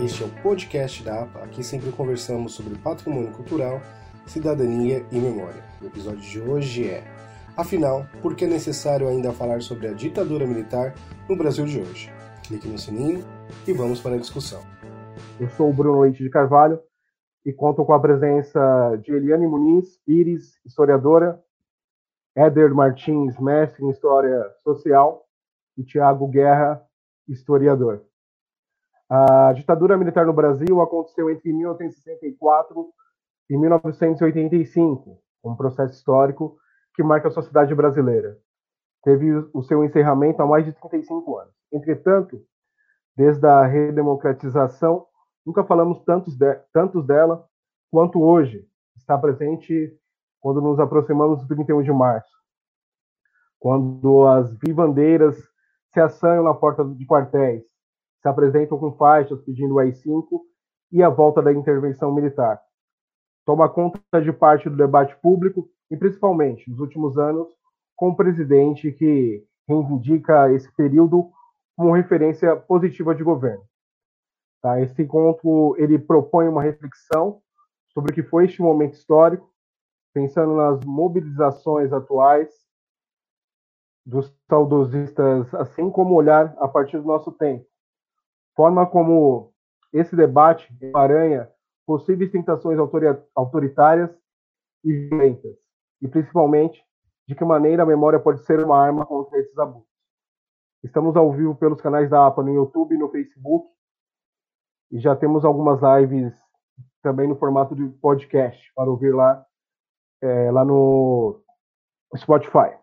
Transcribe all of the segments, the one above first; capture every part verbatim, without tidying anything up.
Este é o podcast da A P A. Aqui sempre conversamos sobre patrimônio cultural, cidadania e memória. O episódio de hoje é: afinal, por que é necessário ainda falar sobre a ditadura militar no Brasil de hoje? Clique no sininho e vamos para a discussão. Eu sou o Bruno Leite de Carvalho e conto com a presença de Eliane Muniz Pires, historiadora, Éder Martins, mestre em História Social, e Tiago Guerra, historiador. A ditadura militar no Brasil aconteceu entre mil novecentos e sessenta e quatro e mil novecentos e oitenta e cinco, um processo histórico que marca a sociedade brasileira. Teve o seu encerramento há mais de trinta e cinco anos. Entretanto, desde a redemocratização, nunca falamos tantos, de, tantos dela quanto hoje está presente quando nos aproximamos do trinta e um de março, quando as vivandeiras se assanham na porta de quartéis, se apresentam com faixas pedindo o A I cinco e a volta da intervenção militar. Toma conta de parte do debate público e, principalmente, nos últimos anos, com um presidente que reivindica esse período como referência positiva de governo. Tá? Esse encontro ele propõe uma reflexão sobre o que foi este momento histórico, pensando nas mobilizações atuais dos saudosistas, assim como olhar a partir do nosso tempo. Forma como esse debate emaranha possíveis tentações autoritárias e violentas, e principalmente de que maneira a memória pode ser uma arma contra esses abusos. Estamos ao vivo pelos canais da A P A no YouTube e no Facebook, e já temos algumas lives também no formato de podcast para ouvir lá, é, lá no Spotify.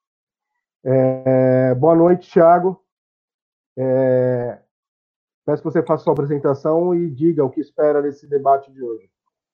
É, boa noite, Thiago. É, peço que você faça sua apresentação e diga o que espera desse debate de hoje.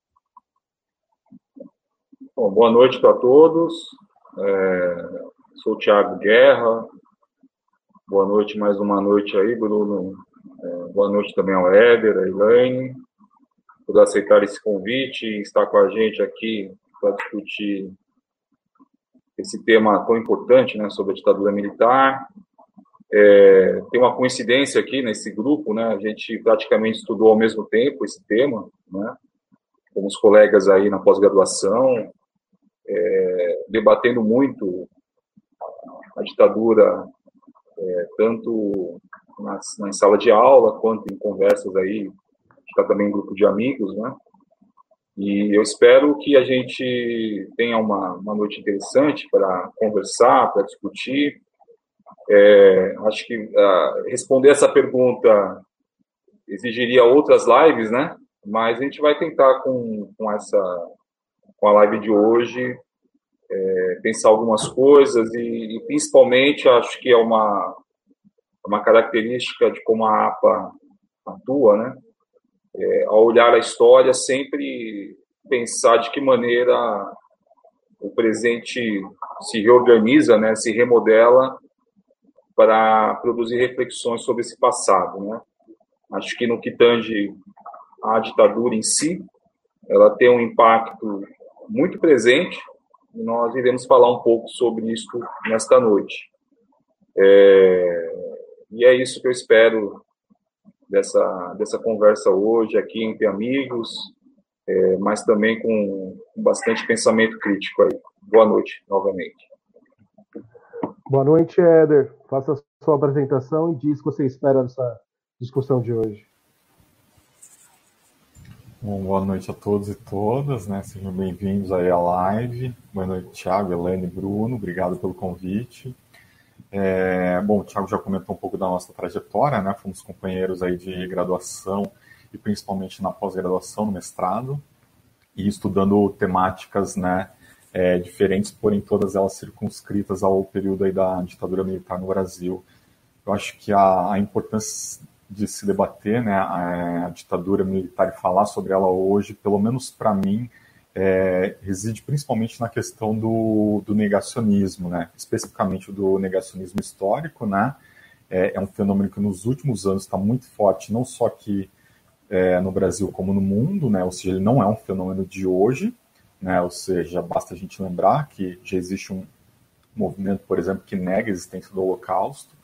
Bom, boa noite para todos. É, sou o Tiago Guerra. Boa noite, mais uma noite aí, Bruno. É, boa noite também ao Éder, a Elaine, por aceitar esse convite e estar com a gente aqui para discutir esse tema tão importante, né, sobre a ditadura militar. É, tem uma coincidência aqui nesse grupo, né, a gente praticamente estudou ao mesmo tempo esse tema, né, com os colegas aí na pós-graduação, é, debatendo muito a ditadura, é, tanto na, na sala de aula, quanto em conversas aí, está também em grupo de amigos, né, e eu espero que a gente tenha uma, uma noite interessante para conversar, para discutir. É, acho que uh, responder essa pergunta exigiria outras lives, né? Mas a gente vai tentar com, com essa com a live de hoje é, pensar algumas coisas e, e principalmente acho que é uma uma característica de como a A P A atua, né? É, ao olhar a história, sempre pensar de que maneira o presente se reorganiza, né? Se remodela para produzir reflexões sobre esse passado, né? Acho que no que tange à ditadura em si, ela tem um impacto muito presente e nós iremos falar um pouco sobre isso nesta noite. É... E é isso que eu espero dessa, dessa conversa hoje aqui entre amigos, é, mas também com, com bastante pensamento crítico aí. Boa noite, novamente. Boa noite, Éder. Faça a sua apresentação e diz o que você espera dessa discussão de hoje. Bom, boa noite a todos e todas, né? Sejam bem-vindos aí à live. Boa noite, Thiago, Helene e Bruno. Obrigado pelo convite. É, bom, o Thiago já comentou um pouco da nossa trajetória, né? Fomos companheiros aí de graduação e principalmente na pós-graduação, no mestrado, e estudando temáticas, né? É, diferentes, porém todas elas circunscritas ao período aí da ditadura militar no Brasil. Eu acho que a, a importância de se debater, né, a, a ditadura militar e falar sobre ela hoje, pelo menos para mim, é, reside principalmente na questão do, do negacionismo, né, especificamente do negacionismo histórico, né, é, é um fenômeno que nos últimos anos está muito forte, não só aqui é, no Brasil como no mundo, né, ou seja, ele não é um fenômeno de hoje, né, ou seja, basta a gente lembrar que já existe um movimento, por exemplo, que nega a existência do Holocausto,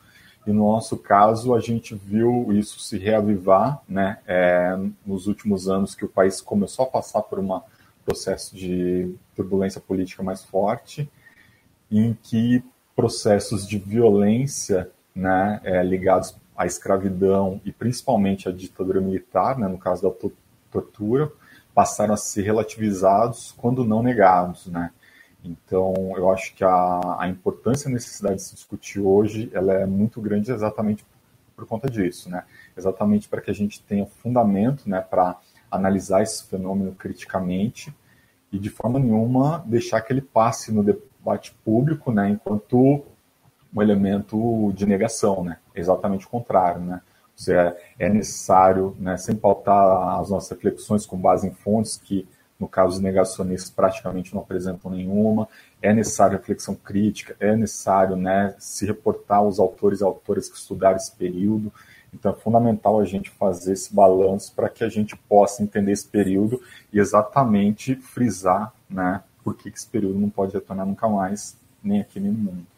e no nosso caso a gente viu isso se reavivar, né, é, nos últimos anos que o país começou a passar por um processo de turbulência política mais forte, em que processos de violência, né, é, ligados à escravidão e principalmente à ditadura militar, né, no caso da to- tortura, passaram a ser relativizados quando não negados, né. Então, eu acho que a, a importância e a necessidade de se discutir hoje, ela é muito grande exatamente por conta disso, né, exatamente para que a gente tenha fundamento, né, para analisar esse fenômeno criticamente e de forma nenhuma deixar que ele passe no debate público, né, enquanto um elemento de negação, né, exatamente o contrário, né. Ou seja, é necessário, né, sem pautar as nossas reflexões com base em fontes que, no caso dos negacionistas, praticamente não apresentam nenhuma, é necessário reflexão crítica, é necessário, né, se reportar aos autores e autoras que estudaram esse período. Então é fundamental a gente fazer esse balanço para que a gente possa entender esse período e exatamente frisar, né, por que esse período não pode retornar nunca mais, nem aqui nem no mundo.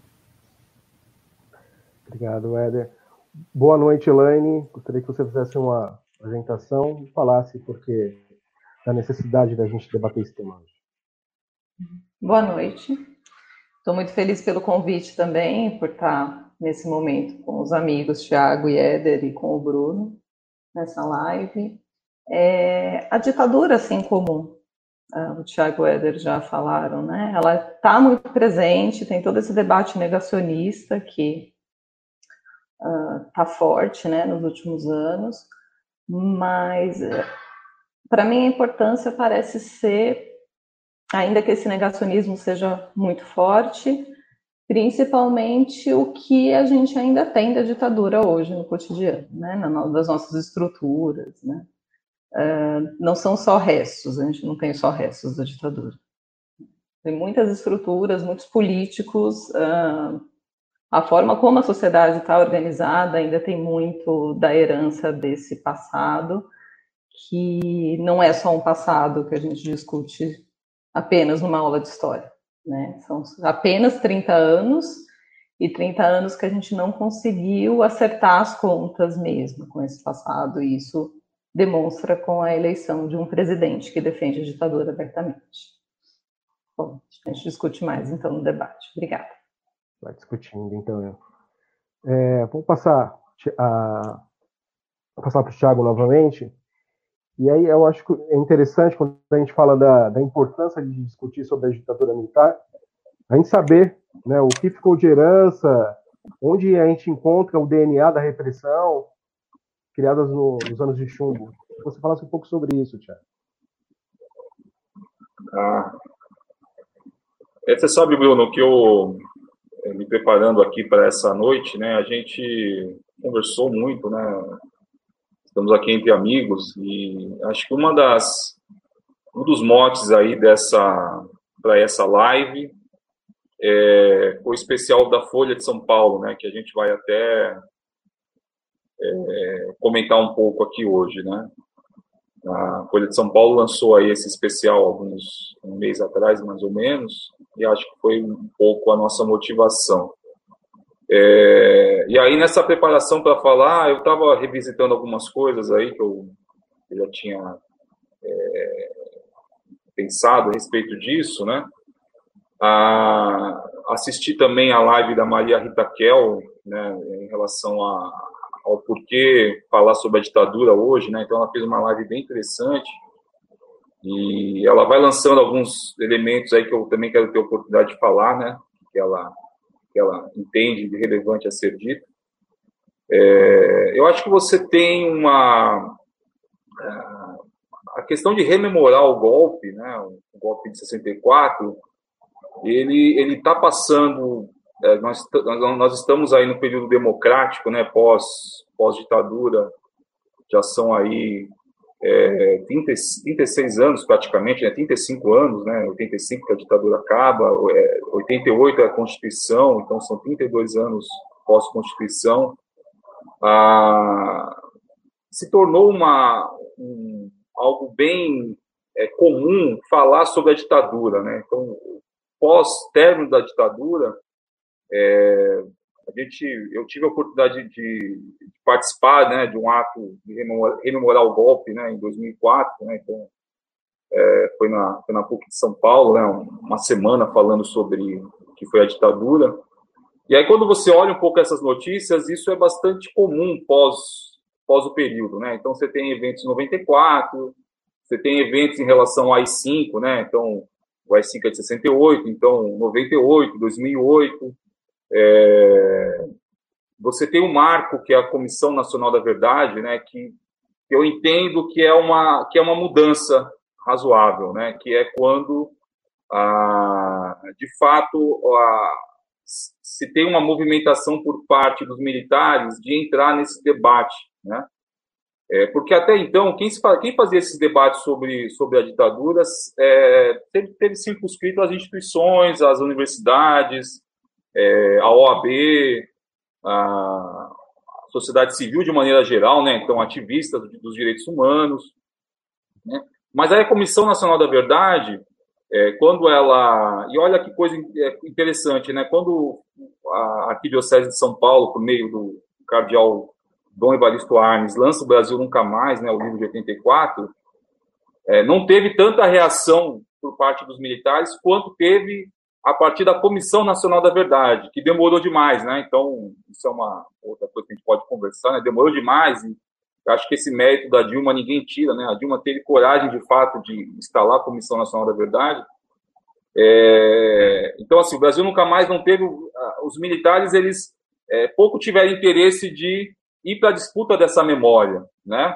Obrigado, Éder. Boa noite, Elaine. Gostaria que você fizesse uma apresentação e falasse porque da necessidade da gente debater esse tema hoje. Boa noite. Estou muito feliz pelo convite também, por estar nesse momento com os amigos Thiago e Éder e com o Bruno, nessa live. É, a ditadura, assim como uh, o Thiago e o Éder já falaram, né, ela está muito presente, tem todo esse debate negacionista que está uh, forte, né, nos últimos anos, mas uh, para mim a importância parece ser, ainda que esse negacionismo seja muito forte, principalmente o que a gente ainda tem da ditadura hoje no cotidiano, né, das nossas estruturas, né. Uh, não são só restos, a gente não tem só restos da ditadura. Tem muitas estruturas, muitos políticos, uh, a forma como a sociedade está organizada ainda tem muito da herança desse passado, que não é só um passado que a gente discute apenas numa aula de história, né? São apenas trinta anos, e trinta anos que a gente não conseguiu acertar as contas mesmo com esse passado, e isso demonstra com a eleição de um presidente que defende a ditadura abertamente. Bom, a gente discute mais então no debate. Obrigada. Vai discutindo, então. É, vou passar a, a passar para o Thiago novamente. E aí eu acho que é interessante quando a gente fala da, da importância de discutir sobre a ditadura militar, a gente saber, né, o que ficou de herança, onde a gente encontra o D N A da repressão criadas no, nos anos de chumbo. Se você falasse um pouco sobre isso, Thiago. Ah, você sabe, Bruno, que eu me preparando aqui para essa noite, né, a gente conversou muito, né, estamos aqui entre amigos, e acho que uma das, um dos motes aí dessa, para essa live é, foi o especial da Folha de São Paulo, né, que a gente vai até é, comentar um pouco aqui hoje, né. A Folha de São Paulo lançou aí esse especial alguns um mês atrás, mais ou menos, e acho que foi um pouco a nossa motivação. É, e aí, nessa preparação para falar, eu estava revisitando algumas coisas aí que eu, eu já tinha é, pensado a respeito disso, né? A, assisti também a live da Maria Rita Kel, né, em relação a ao porquê falar sobre a ditadura hoje, né? Então ela fez uma live bem interessante e ela vai lançando alguns elementos aí que eu também quero ter a oportunidade de falar, né? Que ela, que ela entende de relevante a ser dito. É, eu acho que você tem uma a questão de rememorar o golpe, né? O golpe de sessenta e quatro, ele ele está passando. É, nós, nós estamos aí no período democrático, né, pós, pós-ditadura, já são aí é, trinta, trinta e seis anos praticamente, né, trinta e cinco anos, né, oitenta e cinco que a ditadura acaba, é, oitenta e oito é a Constituição, então são trinta e dois anos pós-Constituição. Ah, se tornou uma, um, algo bem é, comum falar sobre a ditadura, né, então pós-término da ditadura, É, a gente, eu tive a oportunidade de, de participar, né, de um ato de rememorar o golpe, né, em dois mil e quatro, né, então é, foi, na, foi na P U C de São Paulo, né, uma semana falando sobre o que foi a ditadura. E aí, quando você olha um pouco essas notícias, isso é bastante comum pós, pós o período, né? Então, você tem eventos em noventa e quatro, você tem eventos em relação ao A I cinco, né? Então, o A I cinco é de sessenta e oito, então, noventa e oito, dois mil e oito. É... Você tem um marco, que é a Comissão Nacional da Verdade, né? Que eu entendo que é uma, que é uma mudança razoável, né? Que é quando, ah, de fato, a se tem uma movimentação por parte dos militares de entrar nesse debate, né? É, porque até então, quem, se, quem fazia esses debates sobre, sobre a ditadura é, teve, teve circunscrito as instituições, as universidades, é, a O A B, a sociedade civil de maneira geral, né? Então, ativistas dos direitos humanos, né? Mas aí a Comissão Nacional da Verdade, É, quando ela... E olha que coisa interessante, né? Quando a Arquidiocese de São Paulo, por meio do cardeal Dom Evaristo Arnes, lança o Brasil Nunca Mais, né, o livro de oitenta e quatro, é, não teve tanta reação por parte dos militares quanto teve a partir da Comissão Nacional da Verdade, que demorou demais, né? Então, isso é uma outra coisa que a gente pode conversar, né? Demorou demais e acho que esse mérito da Dilma ninguém tira, né? A Dilma teve coragem, de fato, de instalar a Comissão Nacional da Verdade. É... Então, assim, o Brasil nunca mais não teve... Os militares, eles é, pouco tiveram interesse de ir para a disputa dessa memória, né?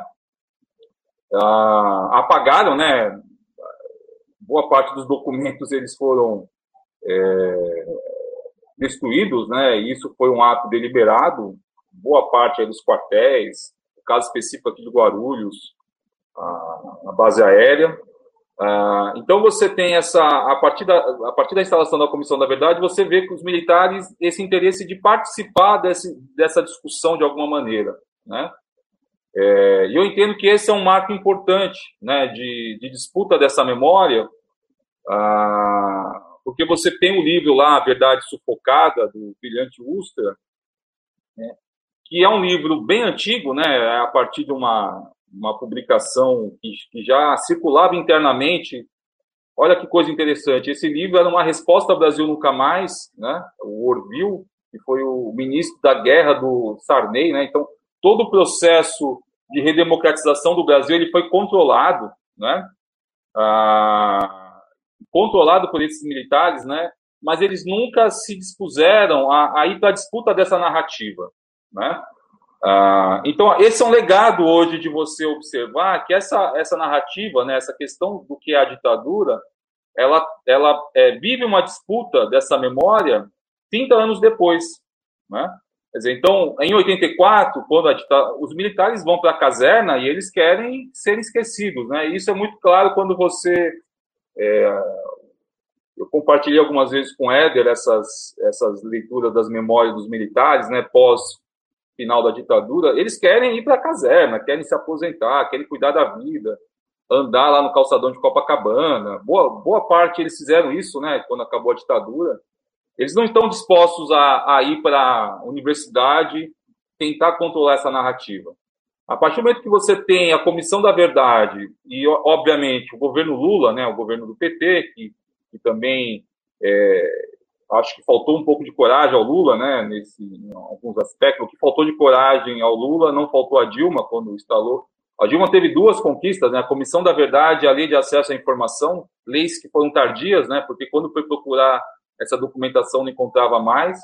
Ah, apagaram, né? Boa parte dos documentos, eles foram é, destruídos, né? E isso foi um ato deliberado. Boa parte aí dos quartéis, caso específico aqui de Guarulhos, a base aérea. Então, você tem essa, a partir, da, a partir da instalação da Comissão da Verdade, você vê que os militares, esse interesse de participar desse, dessa discussão de alguma maneira, né? É, e eu entendo que esse é um marco importante, né, de, de disputa dessa memória, ah, porque você tem o livro lá, A Verdade Sufocada, do brilhante Ustra, né, que é um livro bem antigo, né, a partir de uma, uma publicação que, que já circulava internamente. Olha que coisa interessante, esse livro era uma resposta ao Brasil Nunca Mais, né, o Orville, que foi o ministro da guerra do Sarney, né, então todo o processo de redemocratização do Brasil ele foi controlado, né, ah, controlado por esses militares, né, mas eles nunca se dispuseram a, a ir para a disputa dessa narrativa, né? Ah, então, esse é um legado hoje de você observar que essa, essa narrativa, né, essa questão do que é a ditadura, ela, ela é, vive uma disputa dessa memória trinta anos depois, né? Quer dizer, então, em oitenta e quatro, quando a ditadura, os militares vão para a caserna e eles querem ser esquecidos, né? E isso é muito claro quando você... É, eu compartilhei algumas vezes com o Éder essas, essas leituras das memórias dos militares, né, pós final da ditadura. Eles querem ir para a caserna, querem se aposentar, querem cuidar da vida, andar lá no calçadão de Copacabana. Boa, boa parte eles fizeram isso, né, quando acabou a ditadura. Eles não estão dispostos a, a ir para a universidade tentar controlar essa narrativa. A partir do momento que você tem a Comissão da Verdade e, obviamente, o governo Lula, né, o governo do P T, que, que também é, acho que faltou um pouco de coragem ao Lula, né, nesse, em alguns aspectos. O que faltou de coragem ao Lula não faltou a Dilma quando instalou. A Dilma teve duas conquistas, né, a Comissão da Verdade e a Lei de Acesso à Informação, leis que foram tardias, né, porque quando foi procurar essa documentação não encontrava mais.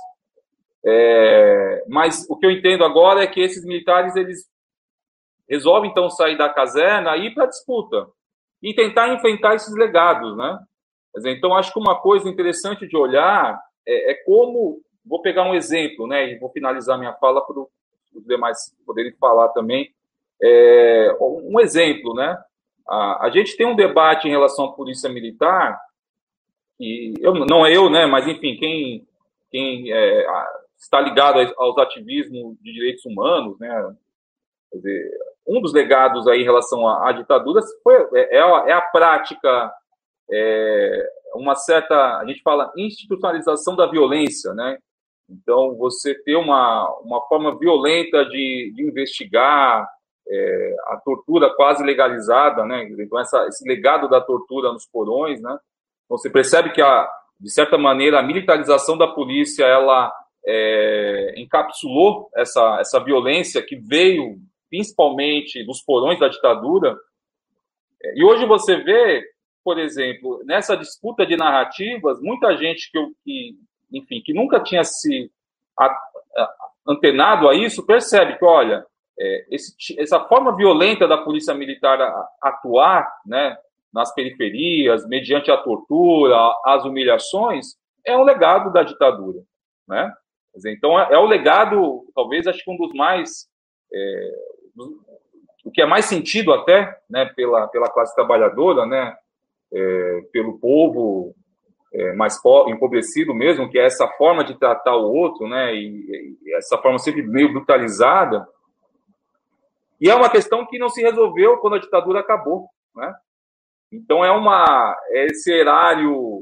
É, mas o que eu entendo agora é que esses militares, eles resolvem, então, sair da caserna e ir para a disputa e tentar enfrentar esses legados, né? Quer dizer, então, acho que uma coisa interessante de olhar é, é como... Vou pegar um exemplo, né, e vou finalizar minha fala para os demais poderem falar também. É, um exemplo, né? A, a gente tem um debate em relação à polícia militar, e eu, não é eu, né, mas, enfim, quem, quem é, está ligado aos ativismos de direitos humanos, né? Quer dizer, um dos legados aí em relação à, à ditadura foi, é, é, a, é a prática, é, uma certa, a gente fala, institucionalização da violência, né? Então, você ter uma, uma forma violenta de, de investigar, é, a tortura quase legalizada, né? Então, essa, esse legado da tortura nos porões, né? Então, você percebe que, a, de certa maneira, a militarização da polícia, ela é, encapsulou essa, essa violência que veio principalmente dos porões da ditadura. E hoje você vê, por exemplo, nessa disputa de narrativas, muita gente que, que enfim, que nunca tinha se antenado a isso, percebe que, olha, é, esse, essa forma violenta da polícia militar atuar, né, nas periferias, mediante a tortura, as humilhações, é um legado da ditadura, né? Quer dizer, então, é, é o legado, talvez, acho que um dos mais... É, o que é mais sentido até, né, pela, pela classe trabalhadora, né, é, pelo povo é, mais pobre, empobrecido mesmo, que é essa forma de tratar o outro, né, e, e essa forma sempre meio brutalizada. E é uma questão que não se resolveu quando a ditadura acabou, né? Então é uma é esse erário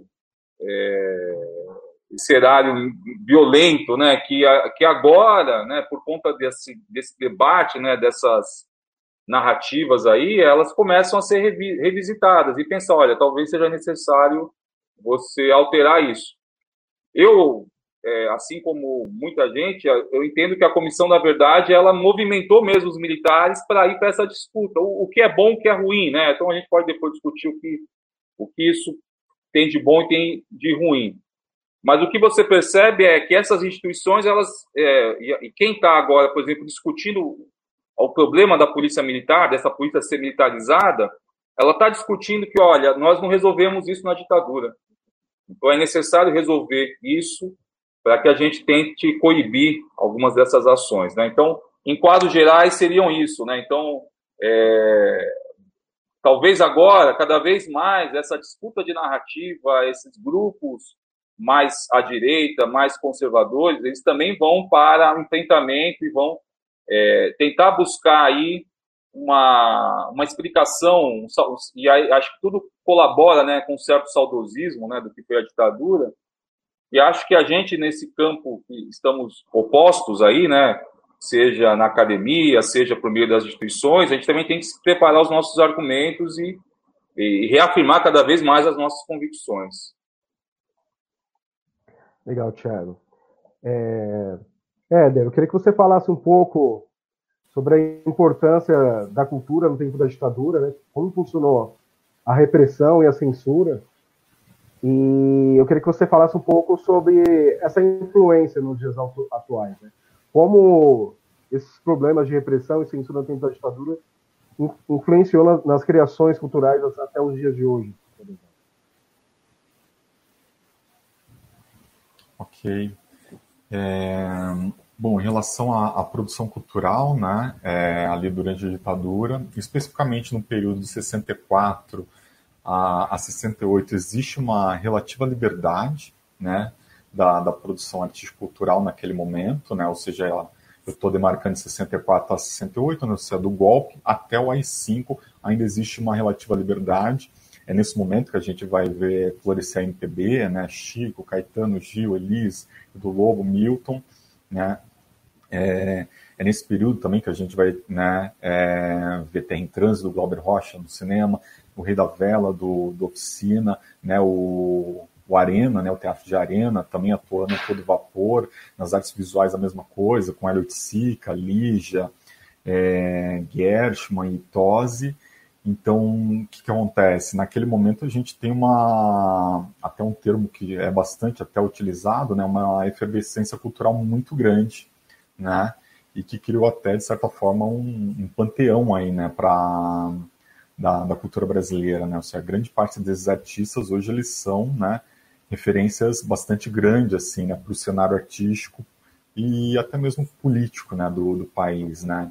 é, esse erário violento, né, que, que agora, né, por conta desse, desse debate, né, dessas narrativas aí, elas começam a ser revi revisitadas e pensar, olha, talvez seja necessário você alterar isso. Eu, é, assim como muita gente, eu entendo que a comissão, na verdade, ela movimentou mesmo os militares para ir para essa disputa, o, o que é bom, o que é ruim, né? Então a gente pode depois discutir o que, o que isso tem de bom e tem de ruim. Mas o que você percebe é que essas instituições, elas, é, e quem está agora, por exemplo, discutindo o problema da polícia militar, dessa polícia ser militarizada, ela está discutindo que, olha, nós não resolvemos isso na ditadura. Então é necessário resolver isso para que a gente tente coibir algumas dessas ações, né? Então, em quadros gerais, seriam isso, né? Então, é, talvez agora, cada vez mais, essa disputa de narrativa, esses grupos mais à direita, mais conservadores, eles também vão para o enfrentamento e vão é, tentar buscar aí uma, uma explicação, e aí, acho que tudo colabora, né, com um certo saudosismo, né, do que foi a ditadura, e acho que a gente, nesse campo que estamos opostos aí, né, seja na academia, seja por meio das instituições, a gente também tem que preparar os nossos argumentos e, e reafirmar cada vez mais as nossas convicções. Legal, Thiago. É... Éder, eu queria que você falasse um pouco sobre a importância da cultura no tempo da ditadura, né? Como funcionou a repressão e a censura. E eu queria que você falasse um pouco sobre essa influência nos dias atuais, né? Como esses problemas de repressão e censura no tempo da ditadura influenciou nas criações culturais até os dias de hoje. Ok. É, bom, em relação à, à produção cultural, né, é, ali durante a ditadura, especificamente no período de sessenta e quatro a, a sessenta e oito, existe uma relativa liberdade, né, da, da produção artístico-cultural naquele momento, né, ou seja, ela, eu estou demarcando de sessenta e quatro a sessenta e oito, né, ou seja, do golpe até o A I cinco, ainda existe uma relativa liberdade. É nesse momento que a gente vai ver florescer a M P B, né? Chico, Caetano, Gil, Elis, do Lobo, Milton, né? É, é nesse período também que a gente vai, né, é, ver Terra em Trânsito, do Glauber Rocha no cinema, o Rei da Vela, do, do Oficina, né, o, o Arena, né, o Teatro de Arena, também atuando a todo vapor, nas artes visuais a mesma coisa, com Hélio Oiticica, Lígia, é, Gershman e Tosi. Então, o que, que acontece? Naquele momento a gente tem uma, até um termo que é bastante até utilizado, né, uma efervescência cultural muito grande, né, e que criou até, de certa forma, um, um panteão aí, né, pra, da, da cultura brasileira, né, ou seja, grande parte desses artistas hoje eles são, né, referências bastante grandes, assim, né, para o cenário artístico e até mesmo político, né, do, do país, né.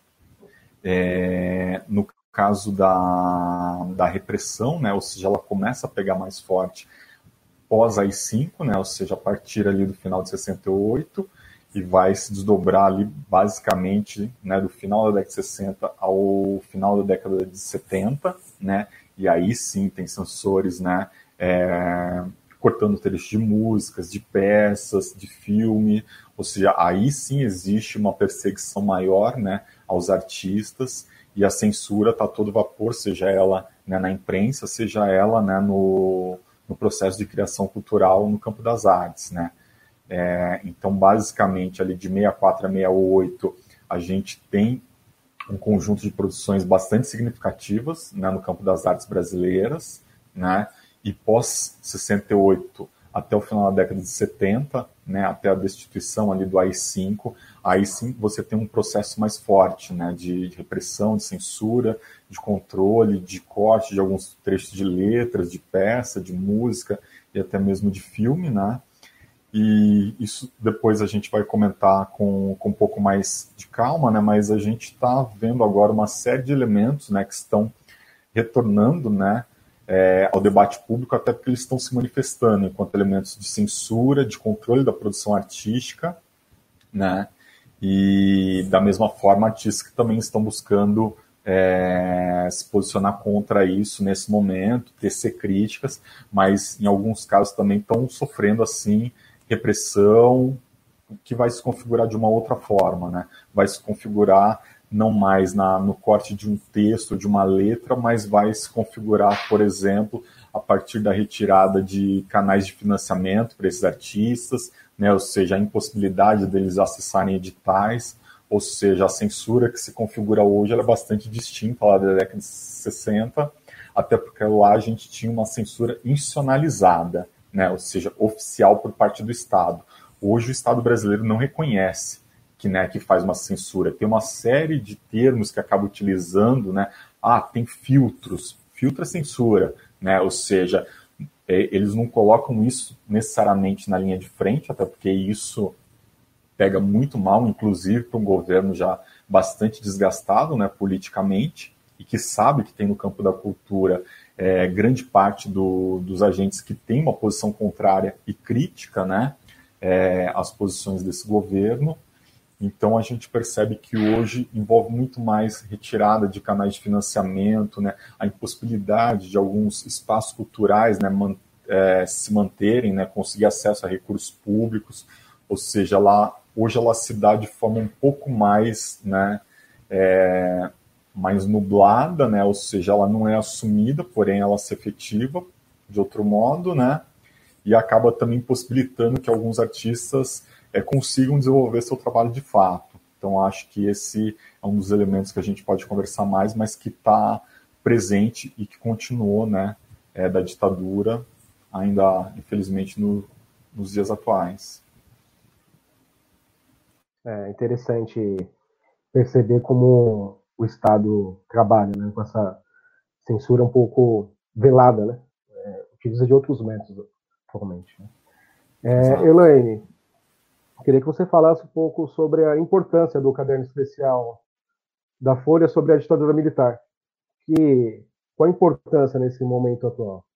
É, no caso da, da repressão, né, ou seja, ela começa a pegar mais forte pós A I cinco, né, ou seja, a partir ali do final de sessenta e oito, e vai se desdobrar ali basicamente, né, do final da década de sessenta ao final da década de setenta, né, e aí sim tem censores, né, é, cortando trechos de músicas, de peças, de filme, ou seja, aí sim existe uma perseguição maior, né, aos artistas, e a censura está a todo vapor, seja ela, né, na imprensa, seja ela, né, no, no processo de criação cultural no campo das artes, né. É, então, basicamente, ali de sessenta e quatro a sessenta e oito, a gente tem um conjunto de produções bastante significativas, né, no campo das artes brasileiras, né, e pós sessenta e oito até o final da década de setenta, né, até a destituição ali do A I cinco, aí sim você tem um processo mais forte, né, de, de repressão, de censura, de controle, de corte de alguns trechos de letras, de peça, de música e até mesmo de filme, né. E isso depois a gente vai comentar com, com um pouco mais de calma, né, mas a gente está vendo agora uma série de elementos, né, que estão retornando, né, é, ao debate público, até porque eles estão se manifestando enquanto elementos de censura, de controle da produção artística, né, e da mesma forma artistas que também estão buscando é, se posicionar contra isso nesse momento, tecer críticas, mas em alguns casos também estão sofrendo assim repressão, que vai se configurar de uma outra forma, né? Vai se configurar não mais na, no corte de um texto, de uma letra, mas vai se configurar, por exemplo, a partir da retirada de canais de financiamento para esses artistas, né? Ou seja, a impossibilidade deles acessarem editais, ou seja, a censura que se configura hoje ela é bastante distinta lá da década de sessenta, até porque lá a gente tinha uma censura institucionalizada, né, ou seja, oficial por parte do Estado. Hoje o Estado brasileiro não reconhece que, né, que faz uma censura. Tem uma série de termos que acaba utilizando, né, ah, tem filtros, filtro é censura, né, ou seja, é, eles não colocam isso necessariamente na linha de frente, até porque isso pega muito mal, inclusive para um governo já bastante desgastado, né, politicamente, e que sabe que tem no campo da cultura É, grande parte do, dos agentes que têm uma posição contrária e crítica, né, é, às posições desse governo. Então a gente percebe que hoje envolve muito mais retirada de canais de financiamento, né, a impossibilidade de alguns espaços culturais, né, man, é, se manterem, né, conseguir acesso a recursos públicos, ou seja, ela, hoje ela se dá de forma um pouco mais, né, é, mais nublada, né, ou seja, ela não é assumida, porém ela se efetiva de outro modo, né, e acaba também possibilitando que alguns artistas é, consigam desenvolver seu trabalho de fato. Então acho que esse é um dos elementos que a gente pode conversar mais, mas que está presente e que continuou, né, é, da ditadura, ainda infelizmente no, nos dias atuais. É interessante perceber como o Estado trabalha, né, com essa censura um pouco velada, né? É, utiliza de outros métodos, atualmente. Né? É, Elaine, queria que você falasse um pouco sobre a importância do caderno especial da Folha sobre a ditadura militar. Que, qual a importância nesse momento atual?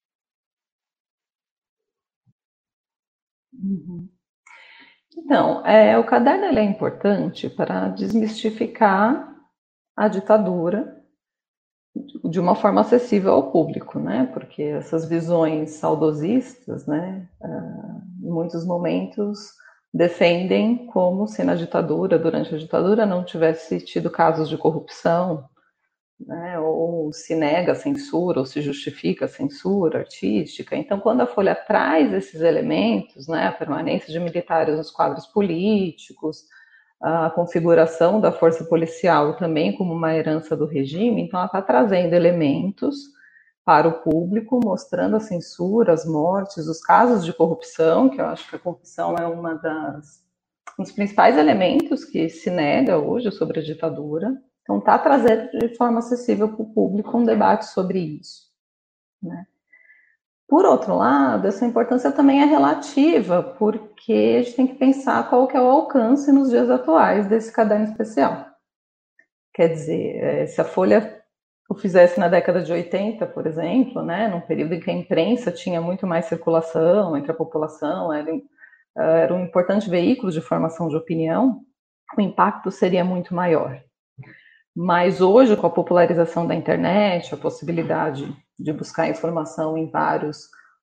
Uhum. Então, é, o caderno ele é importante para desmistificar a ditadura de uma forma acessível ao público, né? Porque essas visões saudosistas, né, em muitos momentos defendem como se na ditadura, durante a ditadura, não tivesse tido casos de corrupção, né, ou se nega a censura, ou se justifica a censura artística. Então, quando a Folha traz esses elementos, né, a permanência de militares nos quadros políticos, a configuração da força policial também como uma herança do regime, então ela está trazendo elementos para o público, mostrando a censura, as mortes, os casos de corrupção, que eu acho que a corrupção é uma das, um dos principais elementos que se nega hoje sobre a ditadura. Então está trazendo de forma acessível para o público um debate sobre isso, né? Por outro lado, essa importância também é relativa, porque a gente tem que pensar qual que é o alcance nos dias atuais desse caderno especial. Quer dizer, se a Folha o fizesse na década de oitenta, por exemplo, né, num período em que a imprensa tinha muito mais circulação entre a população, era, era um importante veículo de formação de opinião, o impacto seria muito maior. Mas hoje, com a popularização da internet, a possibilidade de buscar informação em vários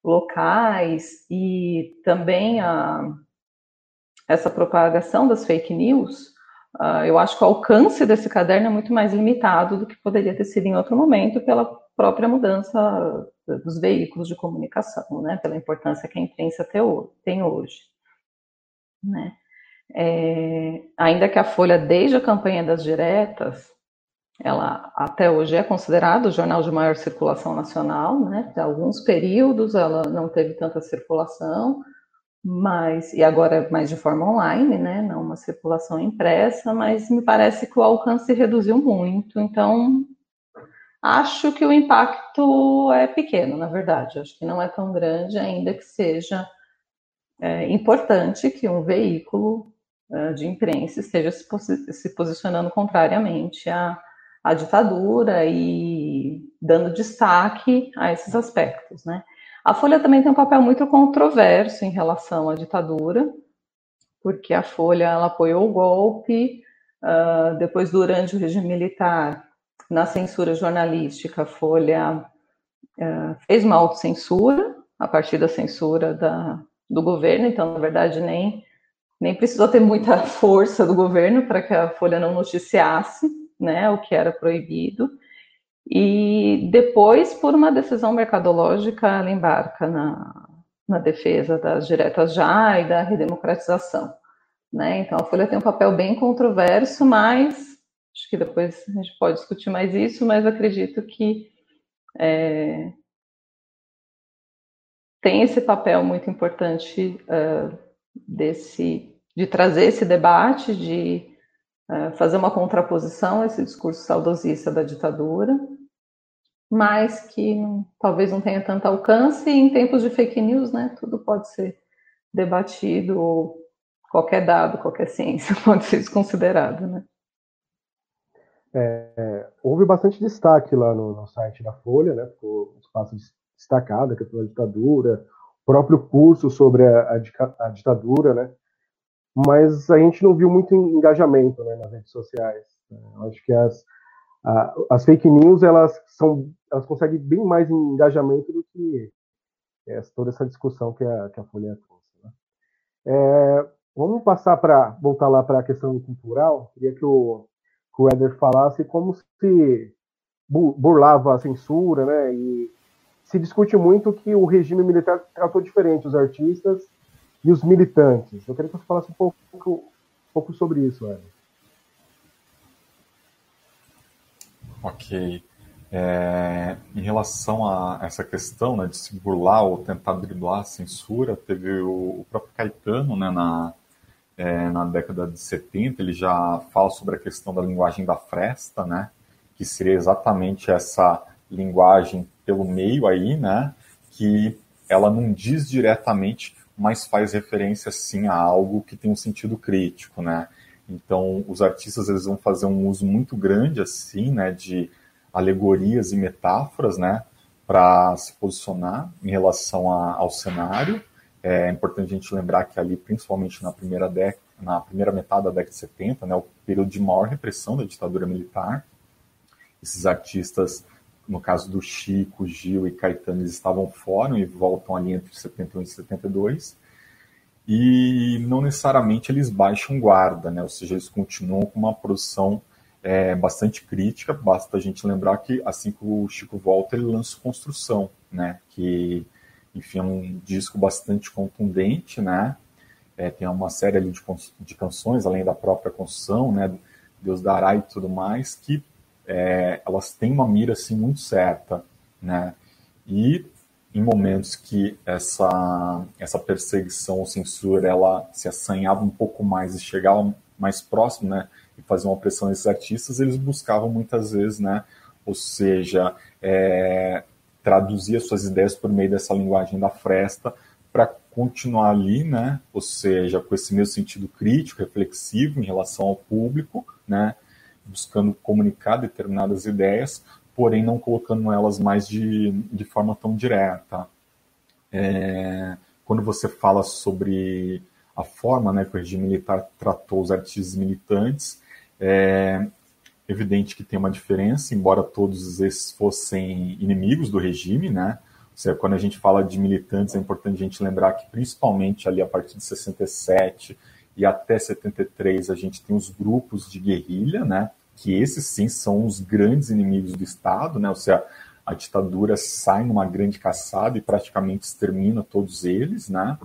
locais e também a, essa propagação das fake news, uh, eu acho que o alcance desse caderno é muito mais limitado do que poderia ter sido em outro momento pela própria mudança dos veículos de comunicação, né, pela importância que a imprensa tem hoje. Né? É, ainda que a Folha, desde a campanha das diretas, ela até hoje é considerada o jornal de maior circulação nacional, né? Por alguns períodos ela não teve tanta circulação, mas e agora é mais de forma online, né? Não uma circulação impressa, mas me parece que o alcance reduziu muito. Então, acho que o impacto é pequeno, na verdade. Acho que não é tão grande, ainda que seja é, importante que um veículo é, de imprensa esteja se, posi- se posicionando contrariamente à a ditadura e dando destaque a esses aspectos, né? A Folha também tem um papel muito controverso em relação à ditadura, porque a Folha ela apoiou o golpe, uh, depois, durante o regime militar, na censura jornalística, a Folha uh, fez uma autocensura, a partir da censura da, do governo, então, na verdade, nem, nem precisou ter muita força do governo para que a Folha não noticiasse, né, o que era proibido, e depois, por uma decisão mercadológica, ela embarca na, na defesa das diretas já e da redemocratização. Né? Então, a Folha tem um papel bem controverso, mas acho que depois a gente pode discutir mais isso, mas acredito que é, tem esse papel muito importante uh, desse, de trazer esse debate, de fazer uma contraposição a esse discurso saudosista da ditadura, mas que não, talvez não tenha tanto alcance, e em tempos de fake news, né, tudo pode ser debatido, ou qualquer dado, qualquer ciência pode ser desconsiderado. Né? É, houve bastante destaque lá no, no site da Folha, né, ficou um espaço destacado, a questão da ditadura, o próprio curso sobre a, a, a ditadura, né, mas a gente não viu muito engajamento, né, nas redes sociais. Eu acho que as, a, as fake news elas são, elas conseguem bem mais engajamento do que essa, toda essa discussão que a, que a Folha trouxe. Né? É, vamos passar para voltar lá para a questão cultural. Queria que o, que o Éder falasse como se burlava a censura, né? E se discute muito que o regime militar tratou diferente os artistas e os militantes. Eu queria que você falasse um pouco, um pouco sobre isso, Éder. Ok. É, em relação a essa questão, né, de se burlar ou tentar driblar a censura, teve o, o próprio Caetano, né, na, é, na década de setenta, ele já fala sobre a questão da linguagem da fresta, né, que seria exatamente essa linguagem pelo meio aí, né, que ela não diz diretamente, mas faz referência, sim, a algo que tem um sentido crítico, né. Então, os artistas, eles vão fazer um uso muito grande, assim, né, de alegorias e metáforas, né, para se posicionar em relação a, ao cenário. É importante a gente lembrar que ali, principalmente na primeira, década, na primeira metade da década de setenta, né, o período de maior repressão da ditadura militar, esses artistas, no caso do Chico, Gil e Caetano, eles estavam fora e voltam ali entre setenta e um e setenta e dois, e não necessariamente eles baixam guarda, né, ou seja, eles continuam com uma produção é, bastante crítica. Basta a gente lembrar que assim que o Chico volta, ele lança Construção, né, que, enfim, é um disco bastante contundente, né, é, tem uma série ali de, de canções, além da própria Construção, né, Deus dará e tudo mais, que é, elas têm uma mira assim, muito certa, né, e em momentos que essa, essa perseguição ou censura ela se assanhava um pouco mais e chegava mais próximo, né, e fazia uma pressão nesses artistas, eles buscavam muitas vezes, né, ou seja, é, traduzir as suas ideias por meio dessa linguagem da fresta para continuar ali, né, ou seja, com esse mesmo sentido crítico, reflexivo em relação ao público, né, buscando comunicar determinadas ideias, porém não colocando elas mais de, de forma tão direta. É, quando você fala sobre a forma, né, que o regime militar tratou os artistas militantes, é evidente que tem uma diferença, embora todos esses fossem inimigos do regime, né, seja, quando a gente fala de militantes, é importante a gente lembrar que, principalmente ali a partir de sessenta e sete e até setenta e três, a gente tem os grupos de guerrilha, né, que esses sim são os grandes inimigos do Estado, né, ou seja, a ditadura sai numa grande caçada e praticamente extermina todos eles, né,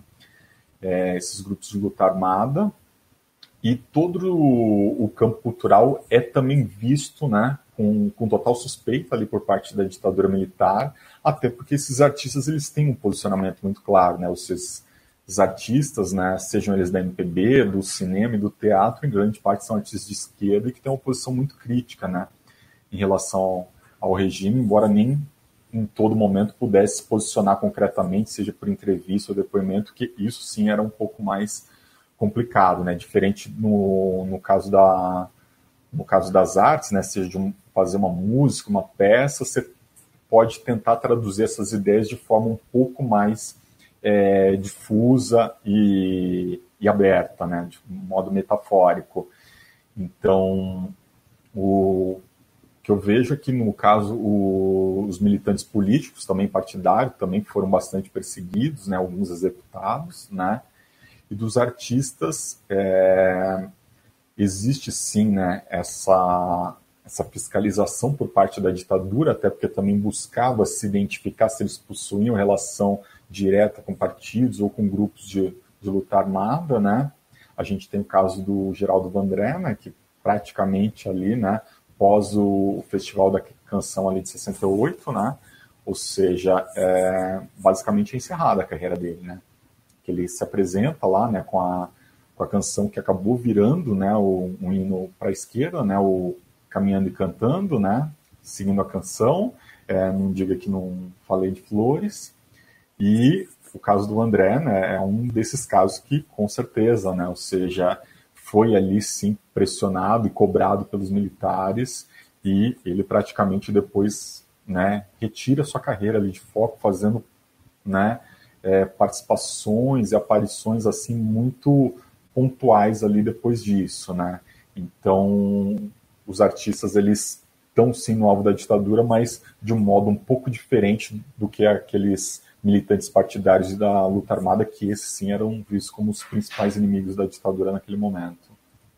é, esses grupos de luta armada. E todo o, o campo cultural é também visto, né, com, com total suspeita ali por parte da ditadura militar, até porque esses artistas eles têm um posicionamento muito claro, né, os, os artistas, né, sejam eles da M P B, do cinema e do teatro, em grande parte são artistas de esquerda e que têm uma posição muito crítica, né, em relação ao, ao regime, embora nem em todo momento pudesse se posicionar concretamente, seja por entrevista ou depoimento, que isso sim era um pouco mais complicado, né? Diferente no, no, caso da, no caso das artes, né? Seja de um, fazer uma música, uma peça, você pode tentar traduzir essas ideias de forma um pouco mais é, difusa e, e aberta, né? De modo metafórico. Então, o que eu vejo é que, no caso, o, os militantes políticos, também partidários, também foram bastante perseguidos, né? Alguns executados, né? E dos artistas, é, existe sim, né, essa, essa fiscalização por parte da ditadura, até porque também buscava se identificar se eles possuíam relação direta com partidos ou com grupos de, de luta armada, né? A gente tem o caso do Geraldo Vandré, né, que praticamente ali, né, pós o Festival da Canção ali de sessenta e oito, né, ou seja, é, basicamente é encerrada a carreira dele, né? Ele se apresenta lá, né, com a, com a canção que acabou virando, né, o, um hino para a esquerda, né, o Caminhando e Cantando, né, seguindo a canção, é, não diga que não falei de flores, e o caso do André, né, é um desses casos que, com certeza, né, ou seja, foi ali sim pressionado e cobrado pelos militares, e ele praticamente depois, né, retira sua carreira ali de foco, fazendo, né, É, participações e aparições assim muito pontuais ali depois disso, né? Então, os artistas eles estão sim no alvo da ditadura, mas de um modo um pouco diferente do que aqueles militantes partidários da luta armada, que esses sim eram vistos como os principais inimigos da ditadura naquele momento.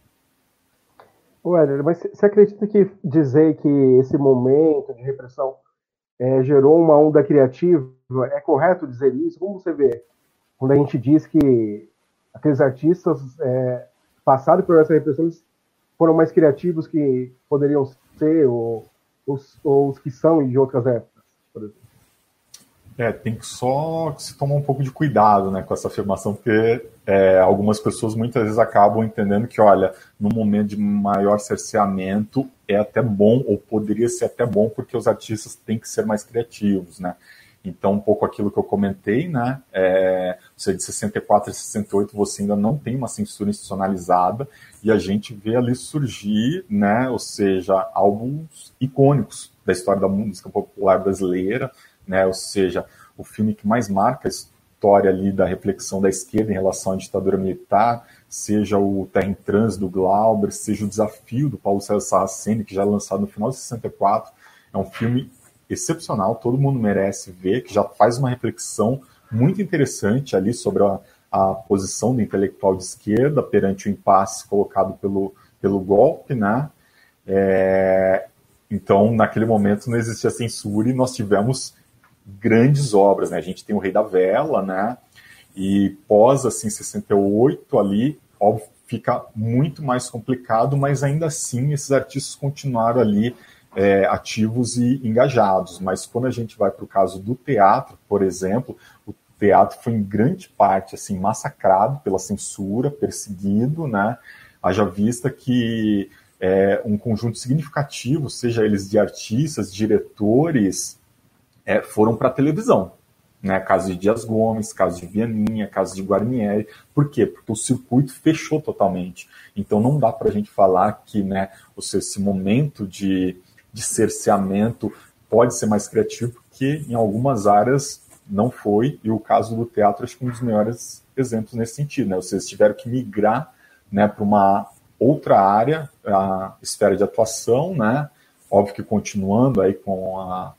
Ué, mas você acredita que dizer que esse momento de repressão É, gerou uma onda criativa? É correto dizer isso? Como você vê quando a gente diz que aqueles artistas é, passaram por essa repressão, eles foram mais criativos que poderiam ser, ou, ou, ou os que são de outras épocas, por exemplo? É, tem que só se tomar um pouco de cuidado, né, com essa afirmação, porque é, algumas pessoas muitas vezes acabam entendendo que, olha, no momento de maior cerceamento é até bom, ou poderia ser até bom, porque os artistas têm que ser mais criativos, né? Então, um pouco aquilo que eu comentei, né, é, você de sessenta e quatro a sessenta e oito você ainda não tem uma censura institucionalizada, e a gente vê ali surgir, né, ou seja, álbuns icônicos da história da música popular brasileira, né, ou seja, o filme que mais marca a história ali da reflexão da esquerda em relação à ditadura militar, seja o Terra em Trânsito do Glauber, seja o Desafio do Paulo César Saraceni, que já é lançado no final de sessenta e quatro, é um filme excepcional, todo mundo merece ver, que já faz uma reflexão muito interessante ali sobre a, a posição do intelectual de esquerda perante o impasse colocado pelo, pelo golpe, né? É, então, naquele momento não existia censura e nós tivemos grandes obras, né? A gente tem o Rei da Vela, né? E pós, assim, sessenta e oito ali, óbvio, fica muito mais complicado, mas ainda assim esses artistas continuaram ali é, ativos e engajados. Mas quando a gente vai para o caso do teatro, por exemplo, o teatro foi em grande parte, assim, massacrado pela censura, perseguido, né? Haja vista que é, um conjunto significativo, seja eles de artistas, diretores, É, foram para a televisão, né? Caso de Dias Gomes, caso de Vianinha, caso de Guarnieri. Por quê? Porque o circuito fechou totalmente. Então não dá para a gente falar que, né, ou seja, esse momento de, de cerceamento pode ser mais criativo, porque em algumas áreas não foi, e o caso do teatro acho que é um dos melhores exemplos nesse sentido, né? Ou seja, tiveram que migrar, né, para uma outra área, a esfera de atuação, né? Óbvio que continuando aí com a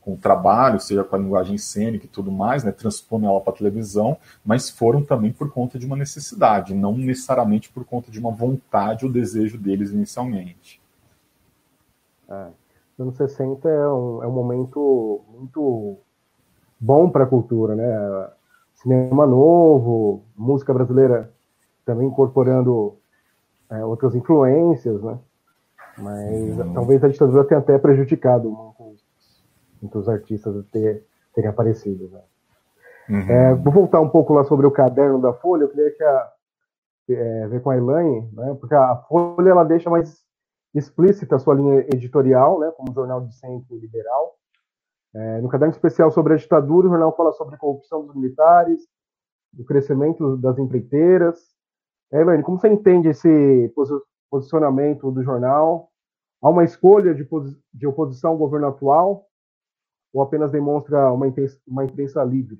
com o trabalho, seja com a linguagem cênica e tudo mais, né, transpondo ela para a televisão, mas foram também por conta de uma necessidade, não necessariamente por conta de uma vontade ou desejo deles inicialmente. É, os anos sessenta é um, é um momento muito bom para a cultura, né? Cinema novo, música brasileira também incorporando é, outras influências, né? Mas uhum. talvez a ditadura tenha até prejudicado muitos, muitos artistas a ter, terem aparecido, né? Uhum. É, vou voltar um pouco lá sobre o caderno da Folha. Eu queria que a, é, ver com a Elaine, né? Porque a Folha ela deixa mais explícita a sua linha editorial, né? Como jornal de centro liberal. É, no caderno especial sobre a ditadura, o jornal fala sobre a corrupção dos militares, o crescimento das empreiteiras. É, Elaine, como você entende esse posicionamento do jornal? Há uma escolha de, de oposição ao governo atual ou apenas demonstra uma imprensa, uma imprensa livre?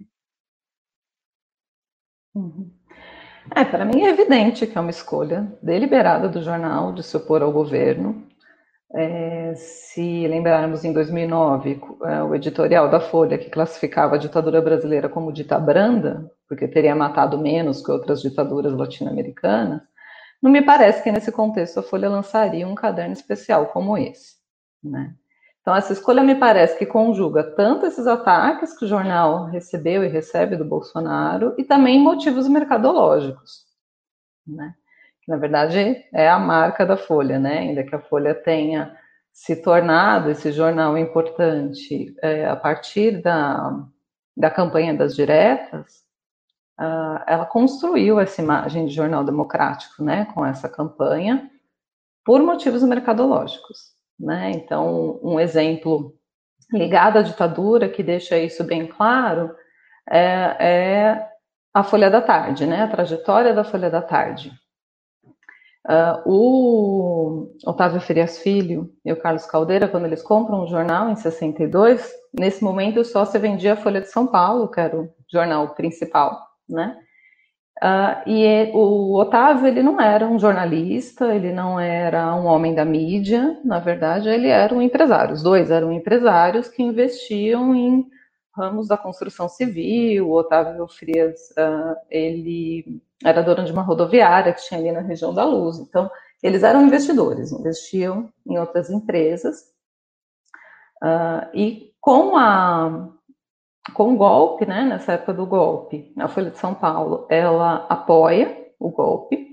Uhum. É, para mim é evidente que é uma escolha deliberada do jornal de se opor ao governo. É, se lembrarmos em dois mil e nove, é, o editorial da Folha que classificava a ditadura brasileira como dita branda, porque teria matado menos que outras ditaduras latino-americanas, não me parece que nesse contexto a Folha lançaria um caderno especial como esse, né? Então essa escolha me parece que conjuga tanto esses ataques que o jornal recebeu e recebe do Bolsonaro e também motivos mercadológicos, né? Que na verdade é a marca da Folha, né? Ainda que a Folha tenha se tornado esse jornal importante é, a partir da, da campanha das diretas, uh, ela construiu essa imagem de jornal democrático, né? Com essa campanha, por motivos mercadológicos, né? Então, um exemplo ligado à ditadura que deixa isso bem claro é, é a Folha da Tarde, né? A trajetória da Folha da Tarde. Uh, o Otávio Frias Filho e o Carlos Caldeira, quando eles compram o jornal em sessenta e dois, nesse momento só se vendia a Folha de São Paulo, que era o jornal principal, né? Uh, e ele, o Otávio, ele não era um jornalista, ele não era um homem da mídia, na verdade ele era um empresário, os dois eram empresários que investiam em ramos da construção civil. O Otávio Frias, uh, ele era dono de uma rodoviária que tinha ali na região da Luz. Então, eles eram investidores, investiam em outras empresas. Uh, e com, a, com o golpe, né, nessa época do golpe, a Folha de São Paulo, ela apoia o golpe.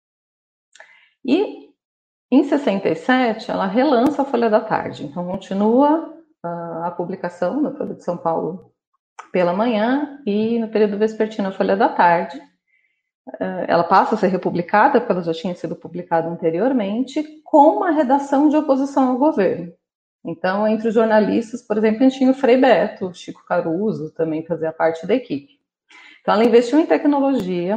E, em sessenta e sete, ela relança a Folha da Tarde. Então, continua uh, a publicação da Folha de São Paulo pela manhã e, no período vespertino, a Folha da Tarde. Ela passa a ser republicada, porque ela já tinha sido publicada anteriormente, com uma redação de oposição ao governo. Então, entre os jornalistas, por exemplo, a gente tinha o Frei Beto, o Chico Caruso também fazia parte da equipe. Então, ela investiu em tecnologia,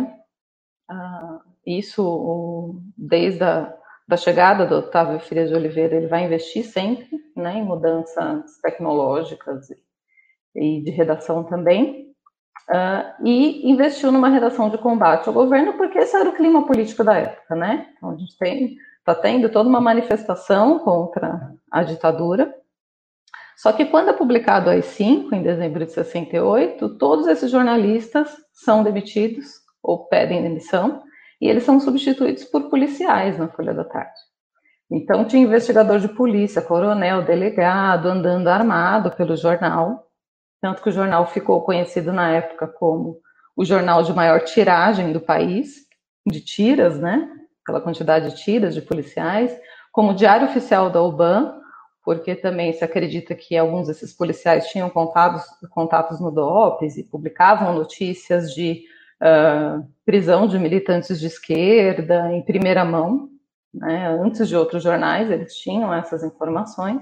isso desde a da chegada do Otávio Frias de Oliveira, ele vai investir sempre, né, em mudanças tecnológicas e de redação também. Uh, e investiu numa redação de combate ao governo, porque esse era o clima político da época, né? Então, a gente tem, está tendo toda uma manifestação contra a ditadura. Só que quando é publicado o A I cinco, em dezembro de sessenta e oito, todos esses jornalistas são demitidos ou pedem demissão, e eles são substituídos por policiais na Folha da Tarde. Então, tinha investigador de polícia, coronel, delegado, andando armado pelo jornal. Tanto que o jornal ficou conhecido na época como o jornal de maior tiragem do país, de tiras, né? Aquela quantidade de tiras de policiais, como o Diário Oficial da UBAN, porque também se acredita que alguns desses policiais tinham contatos, contatos no DOPS e publicavam notícias de uh, prisão de militantes de esquerda em primeira mão, né? Antes de outros jornais, eles tinham essas informações.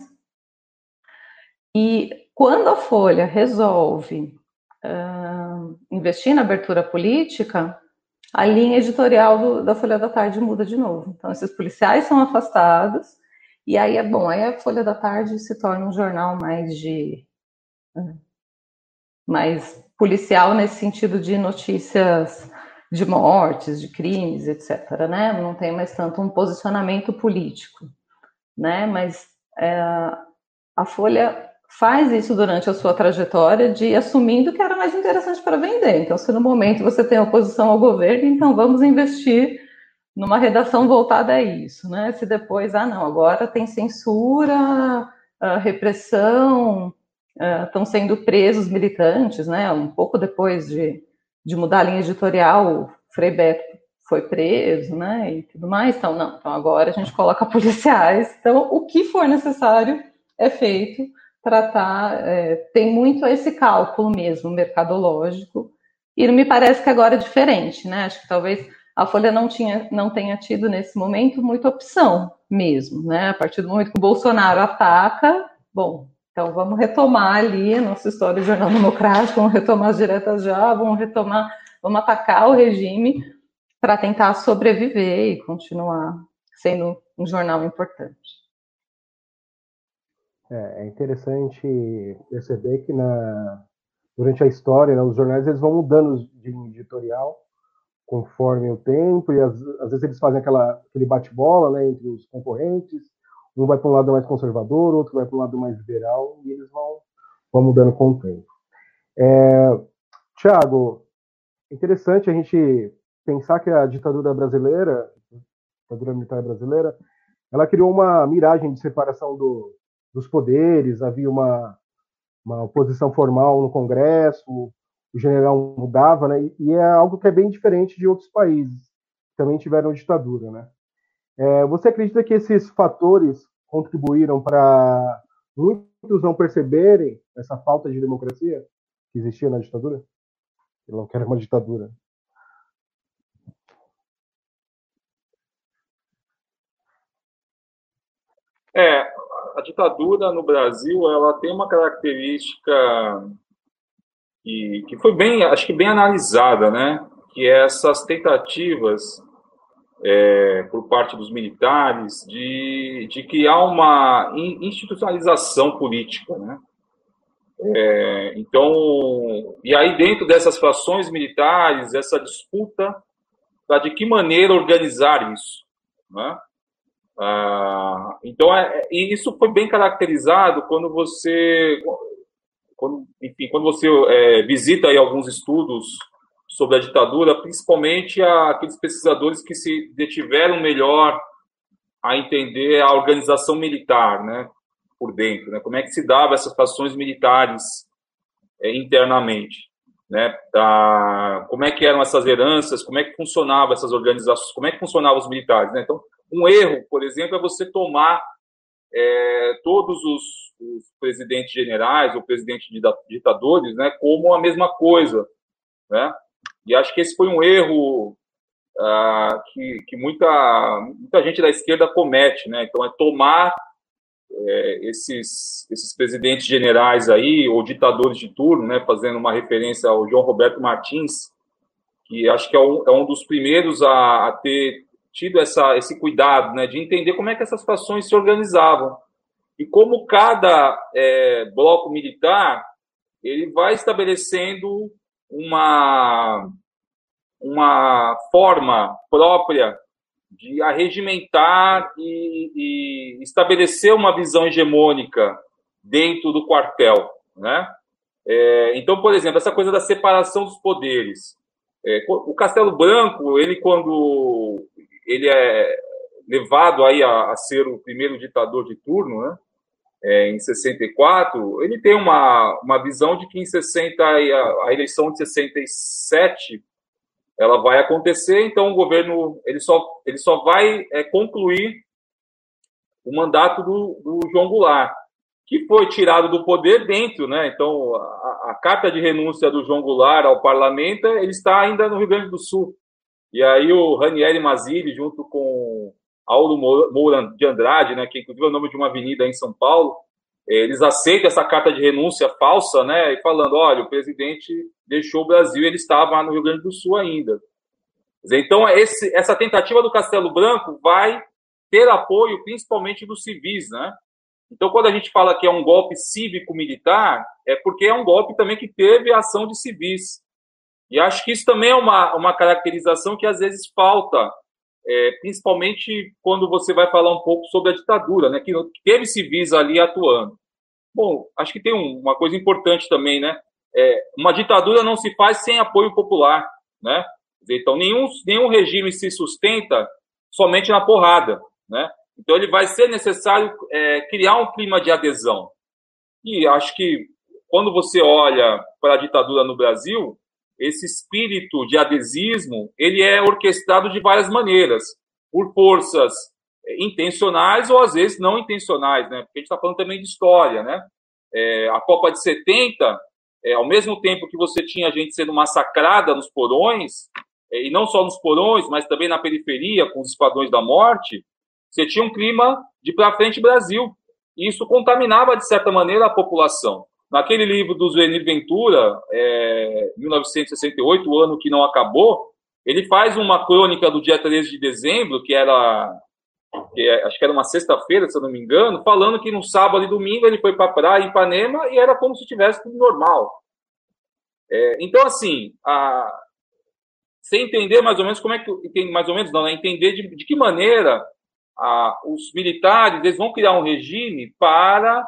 E quando a Folha resolve uh, investir na abertura política, a linha editorial do, da Folha da Tarde muda de novo. Então, esses policiais são afastados, e aí é bom, aí a Folha da Tarde se torna um jornal mais de uh, mais policial nesse sentido de notícias de mortes, de crimes, etcétera, né? Não tem mais tanto um posicionamento político, né? Mas uh, a Folha faz isso durante a sua trajetória de ir assumindo que era mais interessante para vender. Então, se no momento você tem oposição ao governo, então vamos investir numa redação voltada a isso, né? Se depois, ah, não, agora tem censura, repressão, estão sendo presos militantes, né? Um pouco depois de, de mudar a linha editorial, o Frei Beto foi preso, né? E tudo mais. Então, não, então agora a gente coloca policiais. Então, o que for necessário é feito. Tratar, é, tem muito esse cálculo mesmo, mercadológico, e não me parece que agora é diferente, né? Acho que talvez a Folha não, tinha, não tenha tido, nesse momento, muita opção mesmo, né? A partir do momento que o Bolsonaro ataca, bom, então vamos retomar ali a nossa história do Jornal Democrático, vamos retomar as diretas já, vamos retomar, vamos atacar o regime para tentar sobreviver e continuar sendo um jornal importante. É interessante perceber que na, durante a história, né, os jornais eles vão mudando de editorial conforme o tempo, e às, às vezes eles fazem aquela, aquele bate-bola, né, entre os concorrentes, um vai para um lado mais conservador, outro vai para um lado mais liberal, e eles vão, vão mudando com o tempo. É, Tiago, interessante a gente pensar que a ditadura brasileira, a ditadura militar brasileira, ela criou uma miragem de separação do dos poderes, havia uma, uma oposição formal no Congresso, o general mudava, né? E é algo que é bem diferente de outros países que também tiveram ditadura, né? É, você acredita que esses fatores contribuíram para muitos não perceberem essa falta de democracia que existia na ditadura? Eu não quero uma ditadura. É, a ditadura no Brasil, ela tem uma característica que, que foi bem, acho que bem analisada, né? Que é essas tentativas é, por parte dos militares de, de criar uma institucionalização política, né? É, então, e aí dentro dessas frações militares, essa disputa para de que maneira organizar isso, né? Ah, então, é, e isso foi bem caracterizado quando você, quando, enfim, quando você é, visita aí alguns estudos sobre a ditadura, principalmente a, aqueles pesquisadores que se detiveram melhor a entender a organização militar, né, por dentro, né, como é que se dava essas fações militares é, internamente, né, da, como é que eram essas heranças, como é que funcionavam essas organizações, como é que funcionavam os militares, né, então um erro, por exemplo, é você tomar é, todos os, os presidentes generais ou presidentes ditadores, né, como a mesma coisa, né? E acho que esse foi um erro ah, que, que muita, muita gente da esquerda comete, né? Então é tomar é, esses, esses presidentes generais aí ou ditadores de turno, né, fazendo uma referência ao João Roberto Martins, que acho que é um, é um dos primeiros a, a ter tido essa, esse cuidado, né, de entender como é que essas fações se organizavam e como cada é, bloco militar ele vai estabelecendo uma, uma forma própria de arregimentar e, e estabelecer uma visão hegemônica dentro do quartel, né? É, então, por exemplo, essa coisa da separação dos poderes. É, o Castelo Branco, ele quando ele é levado aí a, a ser o primeiro ditador de turno, né, é, em sessenta e quatro, ele tem uma, uma visão de que em sessenta, a, a eleição de sessenta e sete ela vai acontecer, então o governo ele só, ele só vai é, concluir o mandato do, do João Goulart, que foi tirado do poder dentro, né? Então a, a carta de renúncia do João Goulart ao parlamento, ele está ainda no Rio Grande do Sul. E aí o Ranieri Mazzilli, junto com Aulo Moura de Andrade, né, que inclusive é o nome de uma avenida em São Paulo, eles aceitam essa carta de renúncia falsa, né, e falando, olha, o presidente deixou o Brasil e ele estava no Rio Grande do Sul ainda. Então esse, essa tentativa do Castelo Branco vai ter apoio principalmente dos civis, né? Então quando a gente fala que é um golpe cívico-militar, é porque é um golpe também que teve a ação de civis. E acho que isso também é uma, uma caracterização que às vezes falta, é, principalmente quando você vai falar um pouco sobre a ditadura, né, que teve civis ali atuando. Bom, acho que tem um, uma coisa importante também, né? É, uma ditadura não se faz sem apoio popular, né? Então, nenhum, nenhum regime se sustenta somente na porrada, né? Então, ele vai ser necessário é, criar um clima de adesão. E acho que, quando você olha para a ditadura no Brasil, esse espírito de adesismo, ele é orquestrado de várias maneiras, por forças intencionais ou, às vezes, não intencionais, né? Porque a gente está falando também de história, né? É, a Copa de setenta, é, ao mesmo tempo que você tinha gente sendo massacrada nos porões, é, e não só nos porões, mas também na periferia, com os esquadrões da morte, você tinha um clima de pra frente Brasil. E isso contaminava, de certa maneira, a população. Naquele livro do Zuenir Ventura, é, mil novecentos e sessenta e oito, o ano que não acabou, ele faz uma crônica do dia treze de dezembro, que era, que é, acho que era uma sexta-feira, se eu não me engano, falando que no sábado e domingo ele foi para a praia em Ipanema e era como se tivesse tudo normal. É, então, assim, a, sem entender mais ou menos como é que... Mais ou menos não, né? Entender de, de que maneira a, os militares eles vão criar um regime para...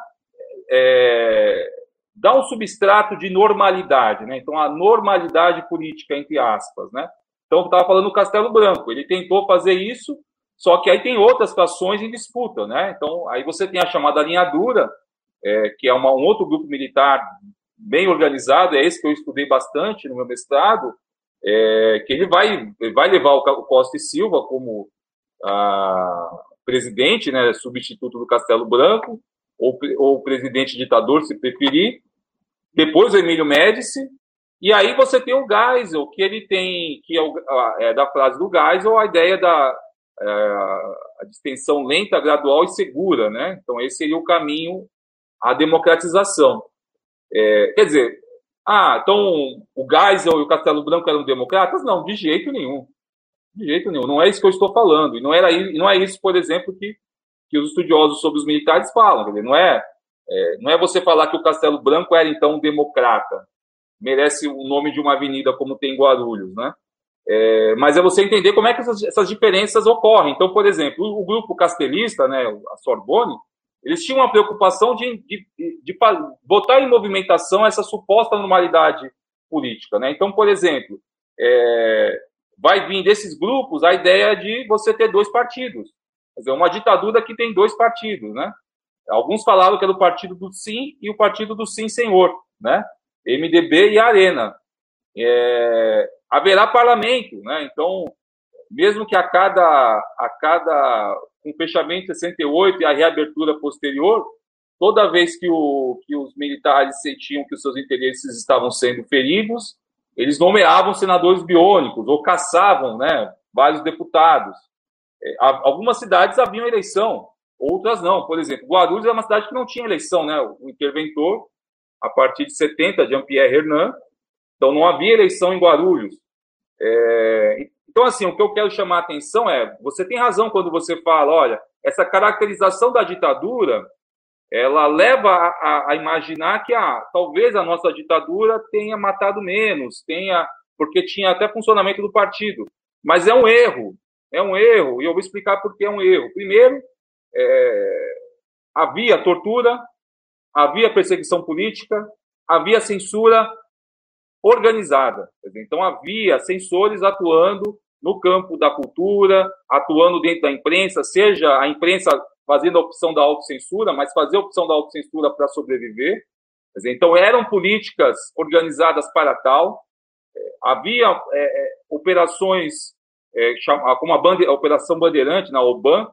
É, dar um substrato de normalidade, né? Então, a normalidade política, entre aspas, né? Então, eu estava falando do Castelo Branco, ele tentou fazer isso, só que aí tem outras fações em disputa, né? Então, aí você tem a chamada linha dura, é, que é uma, um outro grupo militar bem organizado, é esse que eu estudei bastante no meu mestrado, é, que ele vai, ele vai levar o Costa e Silva como a, presidente, né, substituto do Castelo Branco, ou, ou presidente ditador, se preferir, depois o Emílio Médici, e aí você tem o Geisel, que ele tem, que é, o, é da frase do Geisel, a ideia da é, a distensão lenta, gradual e segura, né? Então esse seria o caminho à democratização. É, quer dizer, ah, então o Geisel e o Castelo Branco eram democratas? Não, de jeito nenhum. De jeito nenhum, não é isso que eu estou falando. E não, era, não é isso, por exemplo, que, que os estudiosos sobre os militares falam. Quer dizer, não é... É, não é você falar que o Castelo Branco era, então, um democrata. Merece o nome de uma avenida como tem em Guarulhos, né? É, mas é você entender como é que essas, essas diferenças ocorrem. Então, por exemplo, o, o grupo castelista, né, a Sorbonne, eles tinham uma preocupação de, de, de, de botar em movimentação essa suposta normalidade política, né? Então, por exemplo, é, vai vir desses grupos a ideia de você ter dois partidos. Quer dizer, uma ditadura que tem dois partidos, né? Alguns falaram que era o partido do Sim e o partido do Sim Senhor, né? M D B e Arena. É, haverá parlamento, né? Então, mesmo que a cada, a cada com um fechamento de sessenta e oito e a reabertura posterior, toda vez que, o, que os militares sentiam que os seus interesses estavam sendo feridos, eles nomeavam senadores biônicos ou caçavam, né, vários deputados. É, algumas cidades haviam eleição, outras não. Por exemplo, Guarulhos é uma cidade que não tinha eleição, né? O interventor, a partir de setenta, Jean-Pierre Hernan, então não havia eleição em Guarulhos. É, então, assim, o que eu quero chamar a atenção é, você tem razão quando você fala, olha, essa caracterização da ditadura, ela leva a, a, a imaginar que, ah, talvez a nossa ditadura tenha matado menos, tenha, porque tinha até funcionamento do partido. Mas é um erro, é um erro, e eu vou explicar por que é um erro. Primeiro, É, havia tortura, havia perseguição política, havia censura organizada. Então, havia censores atuando no campo da cultura, atuando dentro da imprensa, seja a imprensa fazendo a opção da autocensura, mas fazer a opção da autocensura para sobreviver. Então, eram políticas organizadas para tal. Havia é, operações, é, como a, bande, a Operação Bandeirante, na OBAN,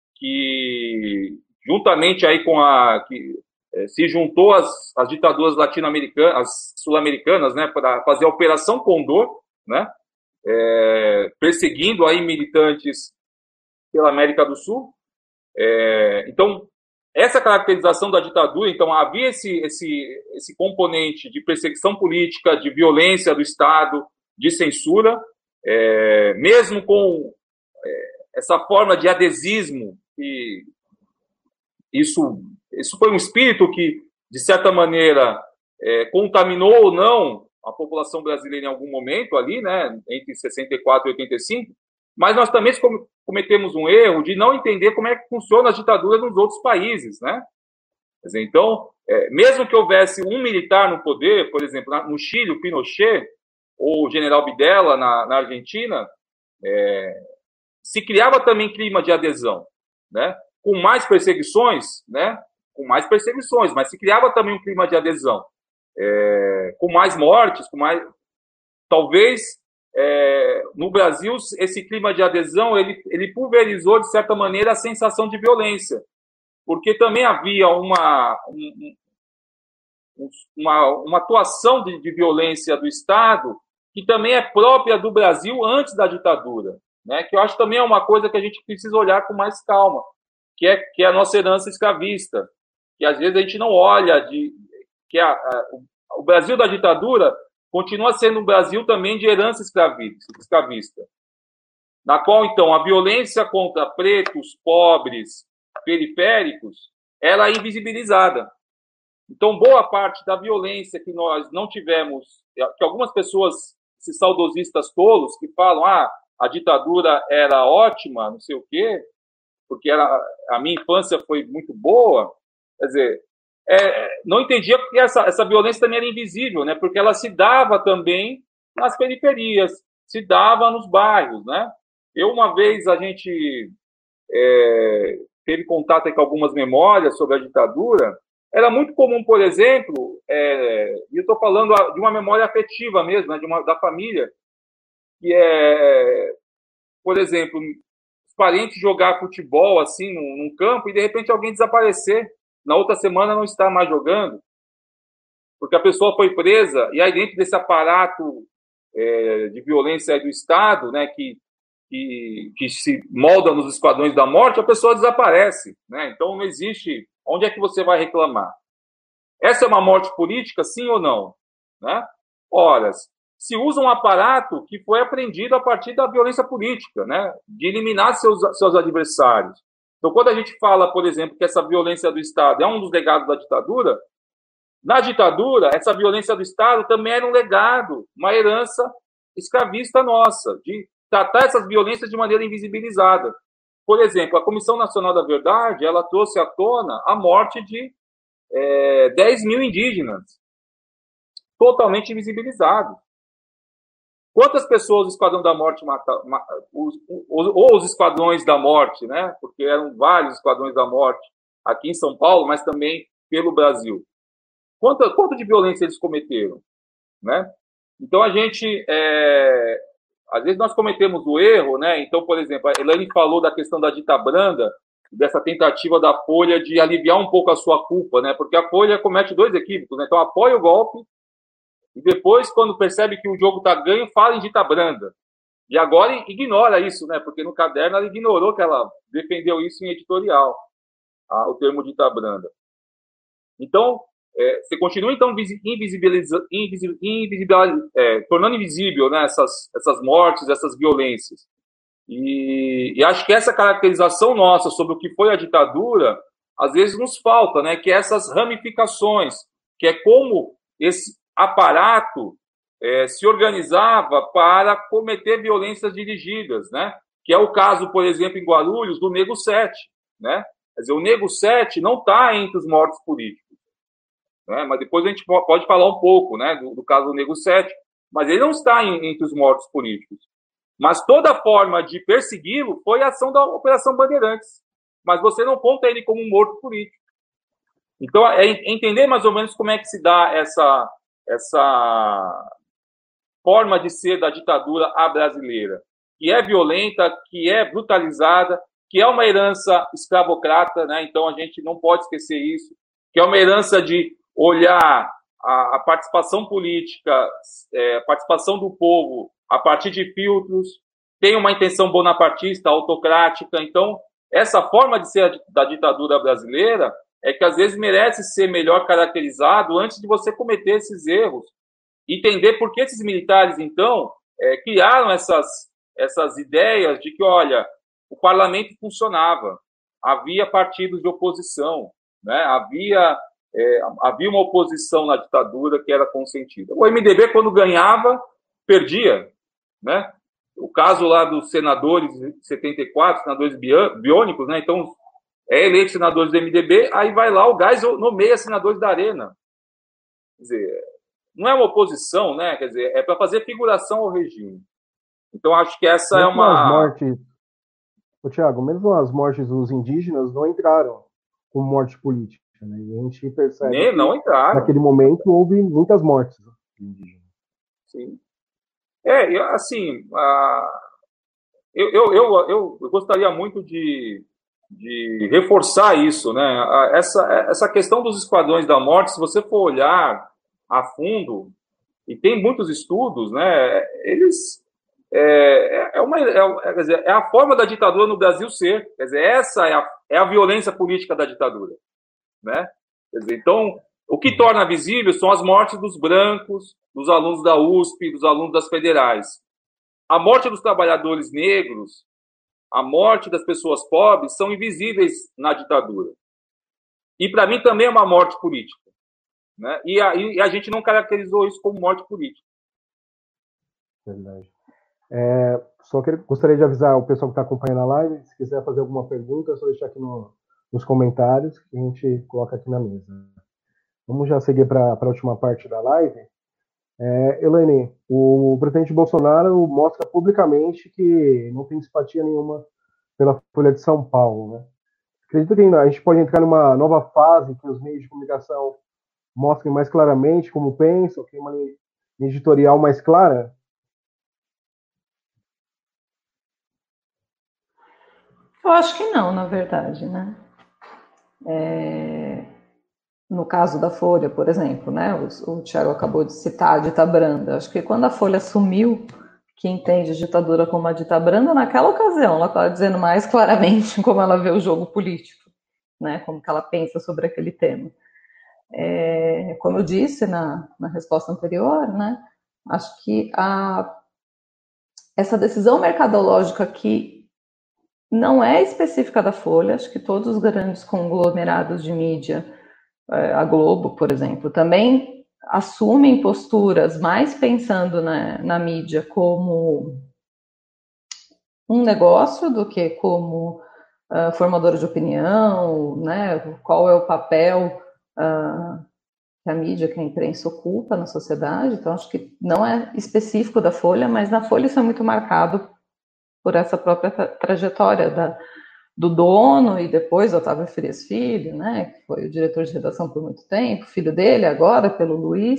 que juntamente aí com a que eh, se juntou às, às ditaduras latino-americanas, as sul-americanas, né, para fazer a Operação Condor, né, é, perseguindo aí militantes pela América do Sul. É, então, essa caracterização da ditadura, então havia esse, esse, esse componente de perseguição política, de violência do Estado, de censura, é, mesmo com é, essa forma de adesismo. E isso, isso foi um espírito que, de certa maneira, é, contaminou ou não a população brasileira em algum momento ali, né, entre sessenta e quatro e oitenta e cinco, mas nós também cometemos um erro de não entender como é que funciona a ditadura nos outros países, né? Quer dizer, então, é, mesmo que houvesse um militar no poder, por exemplo, no Chile, o Pinochet, ou o general Videla na, na Argentina, é, se criava também clima de adesão, né? Com mais perseguições, né? Com mais perseguições, mas se criava também um clima de adesão, é, com mais mortes, com mais... Talvez, é, no Brasil, esse clima de adesão, ele, ele pulverizou, de certa maneira, a sensação de violência, porque também havia uma, um, uma, uma atuação de, de violência do Estado que também é própria do Brasil antes da ditadura, né? Que eu acho também é uma coisa que a gente precisa olhar com mais calma, que é, que é a nossa herança escravista, que às vezes a gente não olha, de, que a, a, o Brasil da ditadura continua sendo um Brasil também de herança escravista, na qual, então, a violência contra pretos, pobres, periféricos, ela é invisibilizada. Então, boa parte da violência que nós não tivemos, que algumas pessoas, esses saudosistas tolos, que falam, ah, a ditadura era ótima, não sei o quê, porque era, a minha infância foi muito boa, quer dizer, é, não entendia porque essa, essa violência também era invisível, né? Porque ela se dava também nas periferias, se dava nos bairros, né? Eu, uma vez, a gente é, teve contato com algumas memórias sobre a ditadura. Era muito comum, por exemplo, é, e eu estou falando de uma memória afetiva mesmo, né, de uma, da família, que é, por exemplo, os parentes jogar futebol assim num, num campo e de repente alguém desaparecer, na outra semana não estar mais jogando, porque a pessoa foi presa, e aí dentro desse aparato é, de violência do Estado, né, que, que, que se molda nos esquadrões da morte, a pessoa desaparece, né? Então não existe... Onde é que você vai reclamar? Essa é uma morte política, sim ou não? Né? Ora, se usa um aparato que foi aprendido a partir da violência política, né? De eliminar seus, seus adversários. Então, quando a gente fala, por exemplo, que essa violência do Estado é um dos legados da ditadura, na ditadura, essa violência do Estado também era um legado, uma herança escravista nossa, de tratar essas violências de maneira invisibilizada. Por exemplo, a Comissão Nacional da Verdade, ela trouxe à tona a morte de é, dez mil indígenas, totalmente invisibilizados. Quantas pessoas o Esquadrão da Morte mataram? Ou os Esquadrões da Morte, né? Porque eram vários Esquadrões da Morte aqui em São Paulo, mas também pelo Brasil. Quanto, quanto de violência eles cometeram? Né? Então, a gente... É... Às vezes nós cometemos o erro, né? Então, por exemplo, a Elaine falou da questão da dita branda, dessa tentativa da Folha de aliviar um pouco a sua culpa, né? Porque a Folha comete dois equívocos, né? Então apoia o golpe e depois, quando percebe que o jogo está ganho, fala em dita branda. E agora ignora isso, né? Porque no caderno ela ignorou que ela defendeu isso em editorial, a, o termo dita branda. Então, É, você continua, então, invisibiliza, invisibil, invisibil, é, tornando invisível, né, essas, essas mortes, essas violências. E, e acho que essa caracterização nossa sobre o que foi a ditadura, às vezes nos falta, né, que é essas ramificações, que é como esse aparato é, se organizava para cometer violências dirigidas, né, que é o caso, por exemplo, em Guarulhos, do Nego sete. Né? Quer dizer, o Nego sete não está entre os mortos políticos. Né? Mas depois a gente pode falar um pouco, né, do, do caso do Nego sete, mas ele não está em, entre os mortos políticos. Mas toda forma de persegui-lo foi a ação da Operação Bandeirantes. Mas você não conta ele como um morto político. Então, é entender mais ou menos como é que se dá essa, essa forma de ser da ditadura à brasileira, que é violenta, que é brutalizada, que é uma herança escravocrata, né? Então a gente não pode esquecer isso, que é uma herança de olhar a, a participação política, é, a participação do povo a partir de filtros, tem uma intenção bonapartista, autocrática. Então, essa forma de ser da ditadura brasileira é que às vezes merece ser melhor caracterizado antes de você cometer esses erros. Entender por que esses militares, então, é, criaram essas, essas ideias de que, olha, o parlamento funcionava, havia partidos de oposição, né? havia... É, havia uma oposição na ditadura que era consentida. O M D B, quando ganhava, perdia. Né? O caso lá dos senadores de setenta e quatro, senadores biônicos, né? Então, é eleito senadores do M D B, aí vai lá, o Geisel nomeia senadores da Arena. Quer dizer, não é uma oposição, né? Quer dizer, é para fazer figuração ao regime. Então, acho que essa mesmo é uma... As mortes, ô, Thiago, mesmo as mortes dos indígenas não entraram como morte política, né? E a gente percebe Nem, que não entraram. naquele momento houve muitas mortes indígenas. Sim. É, assim, a... eu, eu, eu, eu gostaria muito de, de reforçar isso, né? Essa, essa questão dos esquadrões da morte, se você for olhar a fundo, e tem muitos estudos, né? Eles... É, é, uma, é, quer dizer, é a forma da ditadura no Brasil ser. Quer dizer, essa é a, é a violência política da ditadura. Né? Quer dizer, então, o que torna visível são as mortes dos brancos, dos alunos da U S P, dos alunos das federais. A morte dos trabalhadores negros, a morte das pessoas pobres são invisíveis na ditadura. E, para mim, também é uma morte política. Né? E, a, e a gente não caracterizou isso como morte política. Verdade. É, só que gostaria de avisar o pessoal que está acompanhando a live, se quiser fazer alguma pergunta, é só deixar aqui no, nos comentários que a gente coloca aqui na mesa. Vamos já seguir para a última parte da live. É, Elaine, o presidente Bolsonaro mostra publicamente que não tem simpatia nenhuma pela Folha de São Paulo. Né? Acredito que a gente pode entrar numa nova fase que os meios de comunicação mostrem mais claramente como pensam, que uma linha editorial mais clara? Eu acho que não, na verdade, né? É... No caso da Folha, por exemplo, né? O, o Thiago acabou de citar a dita branda. Acho que quando a Folha assumiu que entende a ditadura como uma dita branda, naquela ocasião ela estava dizendo mais claramente como ela vê o jogo político, né? Como que ela pensa sobre aquele tema. É... Como eu disse na, na resposta anterior, né? Acho que a... essa decisão mercadológica que não é específica da Folha, acho que todos os grandes conglomerados de mídia, a Globo, por exemplo, também assumem posturas mais pensando na, na mídia como um negócio do que como uh, formadora de opinião, né? Qual é o papel uh, que a mídia, que a imprensa ocupa na sociedade. Então, acho que não é específico da Folha, mas na Folha isso é muito marcado por essa própria tra trajetória da, do dono e depois Otávio Frias Filho, né, que foi o diretor de redação por muito tempo, filho dele agora, pelo Luiz.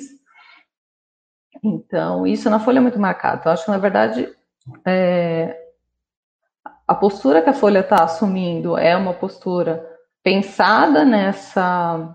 Então, isso na Folha é muito marcado. Então, acho que, na verdade, é, a postura que a Folha está assumindo é uma postura pensada nessa,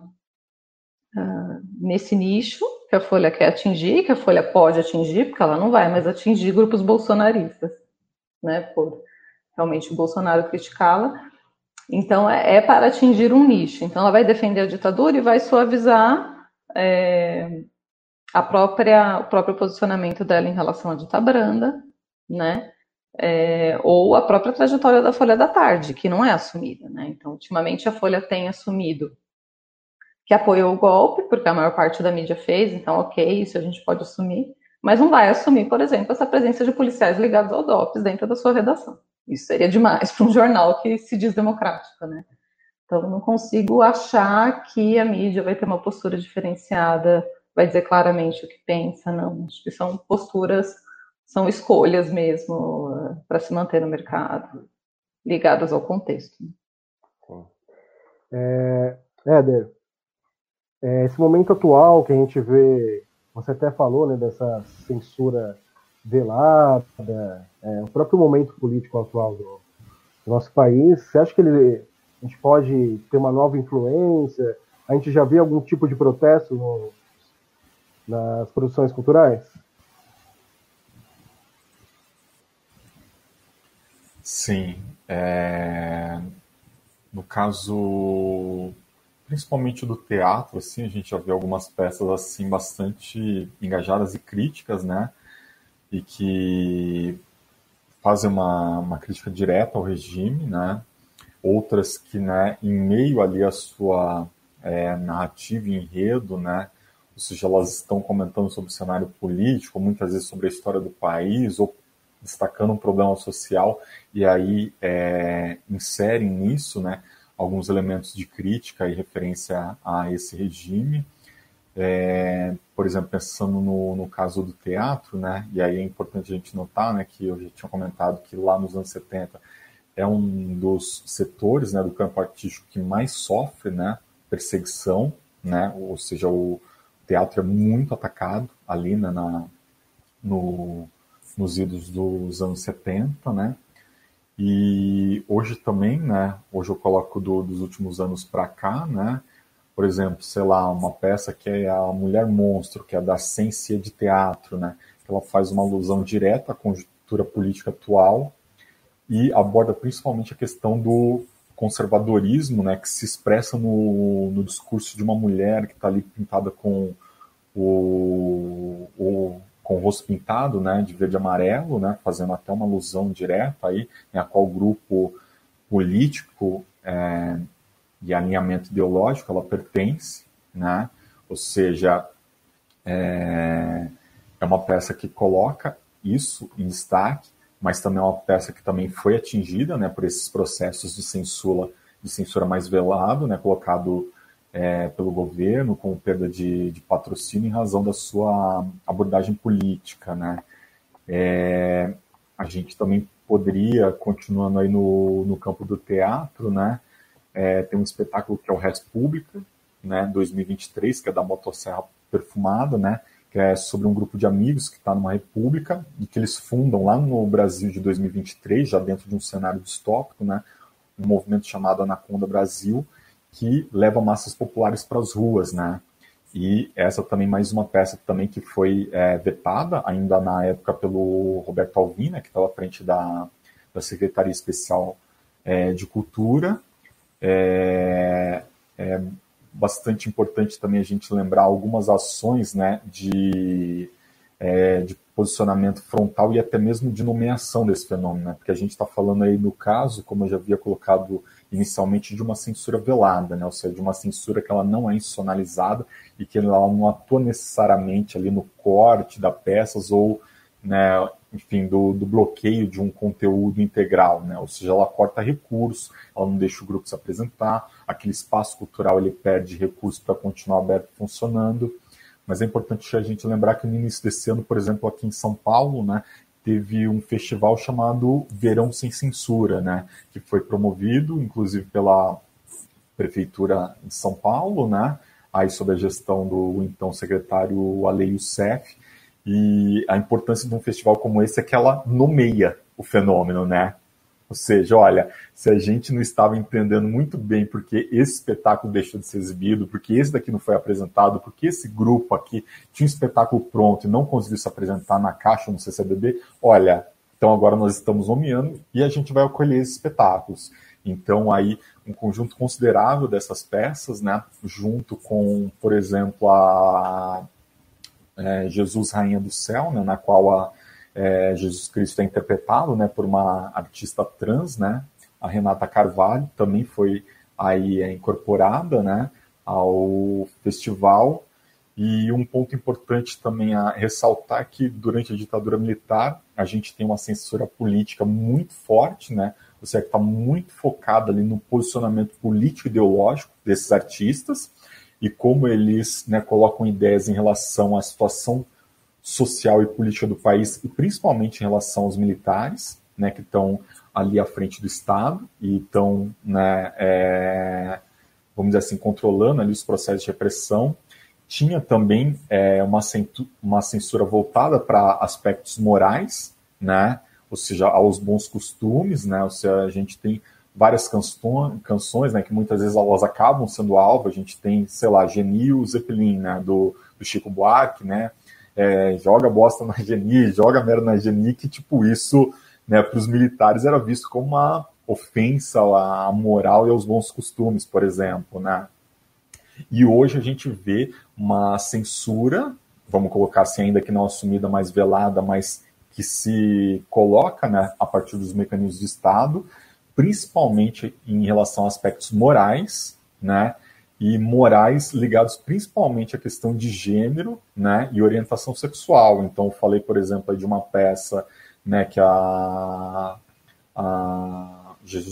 uh, nesse nicho que a Folha quer atingir, que a Folha pode atingir, porque ela não vai mais atingir grupos bolsonaristas, né, por realmente o Bolsonaro criticá-la. Então, é, é para atingir um nicho. Então, ela vai defender a ditadura e vai suavizar é, a própria, o próprio posicionamento dela em relação à dita branda, né, é, ou a própria trajetória da Folha da Tarde, que não é assumida, né. Então, ultimamente, a Folha tem assumido que apoiou o golpe, porque a maior parte da mídia fez, então, ok, isso a gente pode assumir, mas não vai assumir, por exemplo, essa presença de policiais ligados ao DOPS dentro da sua redação. Isso seria demais para um jornal que se diz democrático, né? Então, não consigo achar que a mídia vai ter uma postura diferenciada, vai dizer claramente o que pensa, não. Acho que são posturas, são escolhas mesmo uh, para se manter no mercado, ligadas ao contexto. É, Éder, é, esse momento atual que a gente vê, você até falou, né, dessa censura velada, é, o próprio momento político atual do, do nosso país, você acha que ele, a gente pode ter uma nova influência? A gente já vê algum tipo de protesto no, nas produções culturais? Sim. É... No caso, principalmente do teatro, assim, a gente já vê algumas peças assim bastante engajadas e críticas, né? E que fazem uma, uma crítica direta ao regime, né? Outras que, né, em meio ali à sua é, narrativa e enredo, né? Ou seja, elas estão comentando sobre o cenário político, muitas vezes sobre a história do país, ou destacando um problema social, e aí é, inserem nisso, né, alguns elementos de crítica e referência a, a esse regime. É, por exemplo, pensando no, no caso do teatro, né, e aí é importante a gente notar, né, que eu já tinha comentado que lá nos anos setenta é um dos setores, né, do campo artístico que mais sofre, né, perseguição, né, ou seja, o teatro é muito atacado ali, né, na, no, nos idos dos anos setenta, né, e hoje também, né, hoje eu coloco do, dos últimos anos para cá, né, por exemplo, sei lá, uma peça que é a Mulher Monstro, que é da Ciência de Teatro, né? Ela faz uma alusão direta à conjuntura política atual e aborda principalmente a questão do conservadorismo, né? Que se expressa no, no discurso de uma mulher que está ali pintada com o, o, com o rosto pintado, né? De verde e amarelo, né? Fazendo até uma alusão direta aí, né, a qual grupo político é, e alinhamento ideológico ela pertence, né? Ou seja, é, é uma peça que coloca isso em destaque, mas também é uma peça que também foi atingida, né, por esses processos de censura, de censura mais velado, né, colocado é, pelo governo com perda de, de patrocínio em razão da sua abordagem política, né? É, a gente também poderia, continuando aí no, no campo do teatro, né, É, tem um espetáculo que é o República, né, dois mil e vinte e três, que é da Motosserra Perfumada, né, que é sobre um grupo de amigos que está numa república e que eles fundam lá no Brasil de dois mil e vinte e três, já dentro de um cenário distópico, né, um movimento chamado Anaconda Brasil, que leva massas populares para as ruas, né. E essa também mais uma peça também que foi é, vetada ainda na época pelo Roberto Alvim, né, que estava à frente da, da Secretaria Especial é, de Cultura. É, é bastante importante também a gente lembrar algumas ações, né, de, é, de posicionamento frontal e até mesmo de nomeação desse fenômeno, né, porque a gente está falando aí no caso, como eu já havia colocado inicialmente, de uma censura velada, né, ou seja, de uma censura que ela não é institucionalizada e que ela não atua necessariamente ali no corte da peças ou, né, enfim, do, do bloqueio de um conteúdo integral, né? Ou seja, ela corta recursos, ela não deixa o grupo se apresentar, aquele espaço cultural ele perde recursos para continuar aberto e funcionando, mas é importante a gente lembrar que no início desse ano, por exemplo, aqui em São Paulo, né, teve um festival chamado Verão Sem Censura, né, que foi promovido, inclusive, pela Prefeitura de São Paulo, né, aí sob a gestão do então secretário Ale Youssef. E a importância de um festival como esse é que ela nomeia o fenômeno, né? Ou seja, olha, se a gente não estava entendendo muito bem porque esse espetáculo deixou de ser exibido, porque esse daqui não foi apresentado, porque esse grupo aqui tinha um espetáculo pronto e não conseguiu se apresentar na caixa no C C B B, olha, então agora nós estamos nomeando e a gente vai acolher esses espetáculos. Então aí um conjunto considerável dessas peças, né, junto com, por exemplo, a É, Jesus Rainha do Céu, né, na qual a, é, Jesus Cristo é interpretado, né, por uma artista trans, né, a Renata Carvalho, também foi aí é, incorporada, né, ao festival. E um ponto importante também a ressaltar que durante a ditadura militar a gente tem uma censura política muito forte, né, ou seja, que está muito focada ali no posicionamento político e ideológico desses artistas, e como eles, né, colocam ideias em relação à situação social e política do país, e principalmente em relação aos militares, né, que estão ali à frente do Estado, e estão, né, é, vamos dizer assim, controlando ali os processos de repressão. Tinha também é, uma, uma censura voltada para aspectos morais, né, ou seja, aos bons costumes, né, ou seja, a gente tem várias canções, né, que muitas vezes elas acabam sendo alvo. A gente tem, sei lá, Genil Zeppelin, né, do, do Chico Buarque, né, é, joga bosta na Geni, joga merda na Geni, que tipo isso, né, para os militares era visto como uma ofensa à moral e aos bons costumes, por exemplo, né. E hoje a gente vê uma censura, vamos colocar assim, ainda que não assumida, mais velada, mas que se coloca, né, a partir dos mecanismos de Estado, principalmente em relação a aspectos morais, né, e morais ligados principalmente à questão de gênero, né, e orientação sexual. Então, eu falei, por exemplo, de uma peça, né, que a, a Jesus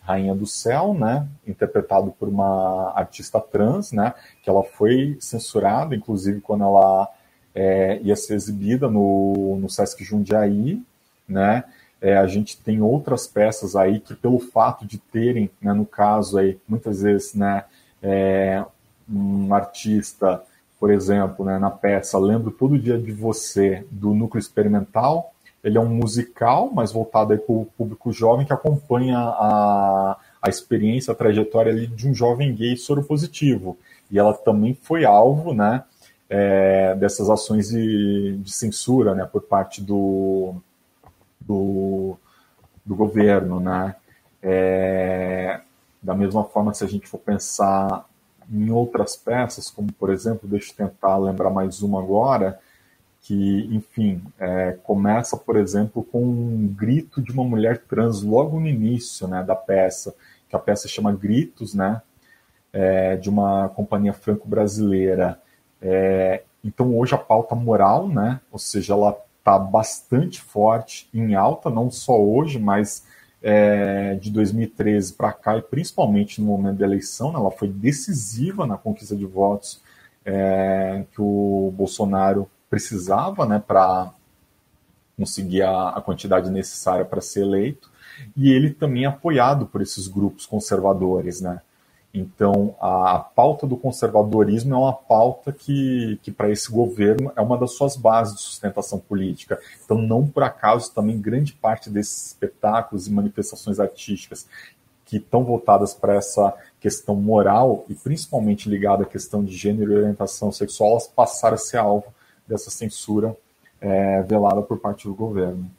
Rainha do Céu, né, interpretado por uma artista trans, né, que ela foi censurada, inclusive quando ela é, ia ser exibida no, no Sesc Jundiaí, né. É, a gente tem outras peças aí que, pelo fato de terem, né, no caso aí, muitas vezes, né, é, um artista, por exemplo, né, na peça Lembro Todo Dia de Você, do Núcleo Experimental. Ele é um musical, mas voltado para o público jovem, que acompanha a, a experiência, a trajetória ali de um jovem gay soropositivo. E ela também foi alvo, né, é, dessas ações de, de censura, né, por parte do, do, do governo, né. É, da mesma forma, se a gente for pensar em outras peças, como, por exemplo, deixa eu tentar lembrar mais uma agora, que, enfim, é, começa, por exemplo, com um grito de uma mulher trans logo no início, né, da peça, que a peça chama Gritos, né, é, de uma companhia franco-brasileira. É, então, hoje a pauta moral, né, ou seja, ela está bastante forte, em alta, não só hoje, mas é, de dois mil e treze para cá, e principalmente no momento da eleição, né, ela foi decisiva na conquista de votos é, que o Bolsonaro precisava, né, para conseguir a, a quantidade necessária para ser eleito, e ele também é apoiado por esses grupos conservadores, né. Então, a, a pauta do conservadorismo é uma pauta que, que para esse governo, é uma das suas bases de sustentação política. Então, não por acaso, também grande parte desses espetáculos e manifestações artísticas que estão voltadas para essa questão moral, e principalmente ligada à questão de gênero e orientação sexual, elas passaram a ser alvo dessa censura é, velada por parte do governo.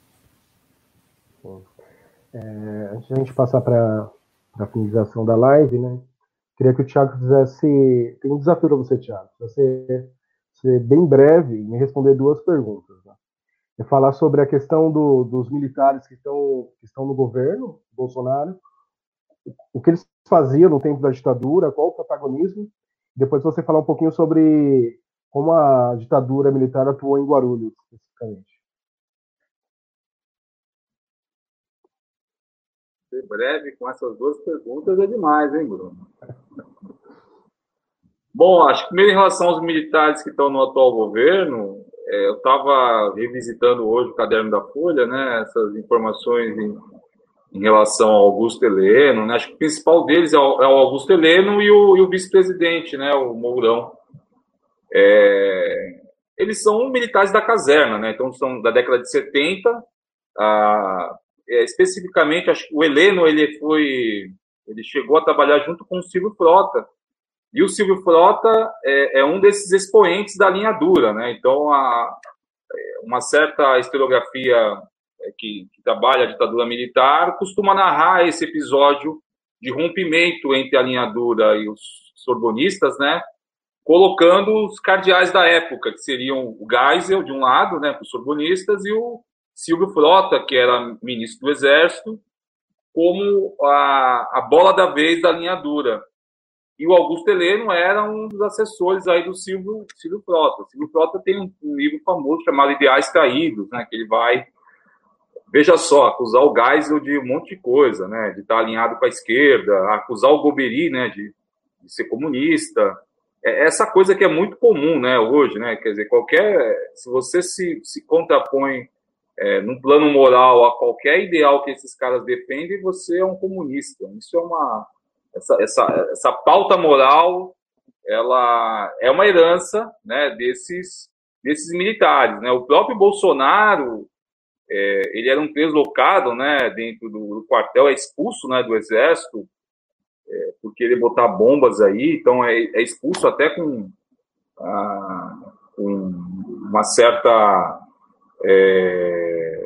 É, antes de a gente passar para a finalização da live, né, queria que o Thiago fizesse... Tem um desafio para você, Thiago. Você ser bem breve e me responder duas perguntas. Né? É falar sobre a questão do, dos militares que estão, que estão no governo, Bolsonaro, o que eles faziam no tempo da ditadura, qual o protagonismo. Depois você falar um pouquinho sobre como a ditadura militar atuou em Guarulhos, especificamente. Ser breve com essas duas perguntas é demais, hein, Bruno? Bom, acho que primeiro em relação aos militares que estão no atual governo, é, eu estava revisitando hoje o caderno da Folha, né, essas informações em, em relação ao Augusto Heleno, né, acho que o principal deles é o, é o Augusto Heleno e o, e o vice-presidente, né, o Mourão. É, eles são militares da caserna, né, então são da década de setenta, a, é, especificamente, acho que o Heleno, ele foi, ele chegou a trabalhar junto com o Silvio Frota, e o Silvio Frota é, é um desses expoentes da linha dura, né, então a, uma certa historiografia que, que trabalha a ditadura militar costuma narrar esse episódio de rompimento entre a linha dura e os sorbonistas, né, colocando os cardeais da época, que seriam o Geisel, de um lado, né, para os sorbonistas, e o Silvio Frota, que era ministro do Exército, como a, a bola da vez da linha dura. E o Augusto Heleno era um dos assessores aí do Silvio, Silvio Frota. O Silvio Frota tem um, um livro famoso chamado Ideais Traídos, né, que ele vai, veja só, acusar o Geisel de um monte de coisa, né, de estar alinhado com a esquerda, acusar o Goberi, né, de, de ser comunista. É essa coisa que é muito comum, né, hoje, né, quer dizer, qualquer, se você se, se contrapõe é, num plano moral a qualquer ideal que esses caras defendem, você é um comunista. Isso é uma, essa, essa, essa pauta moral, ela é uma herança, né, desses, desses militares, né. O próprio Bolsonaro, é, ele era um deslocado, né, dentro do, do quartel, é expulso, né, do exército, é, porque ele botar bombas aí, então é, é expulso até com, ah, com uma certa... É,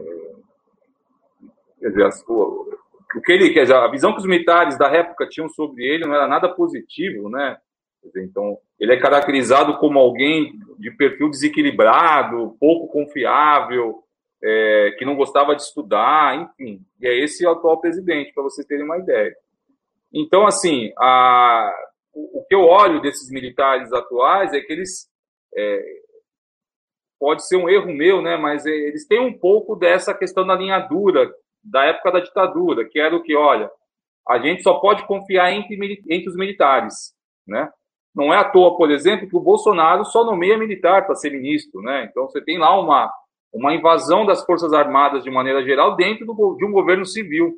quer dizer, o que ele, quer dizer, a visão que os militares da época tinham sobre ele não era nada positivo, né? Quer dizer, então, ele é caracterizado como alguém de perfil desequilibrado, pouco confiável, é, que não gostava de estudar, enfim. E é esse o atual presidente, para vocês terem uma ideia. Então, assim, a, o, o que eu olho desses militares atuais é que eles, é, pode ser um erro meu, né, mas eles têm um pouco dessa questão da linha dura, da época da ditadura, que era o que, olha, a gente só pode confiar entre, entre os militares, né? Não é à toa, por exemplo, que o Bolsonaro só nomeia militar para ser ministro, né? Então, você tem lá uma, uma invasão das Forças Armadas, de maneira geral, dentro do, de um governo civil.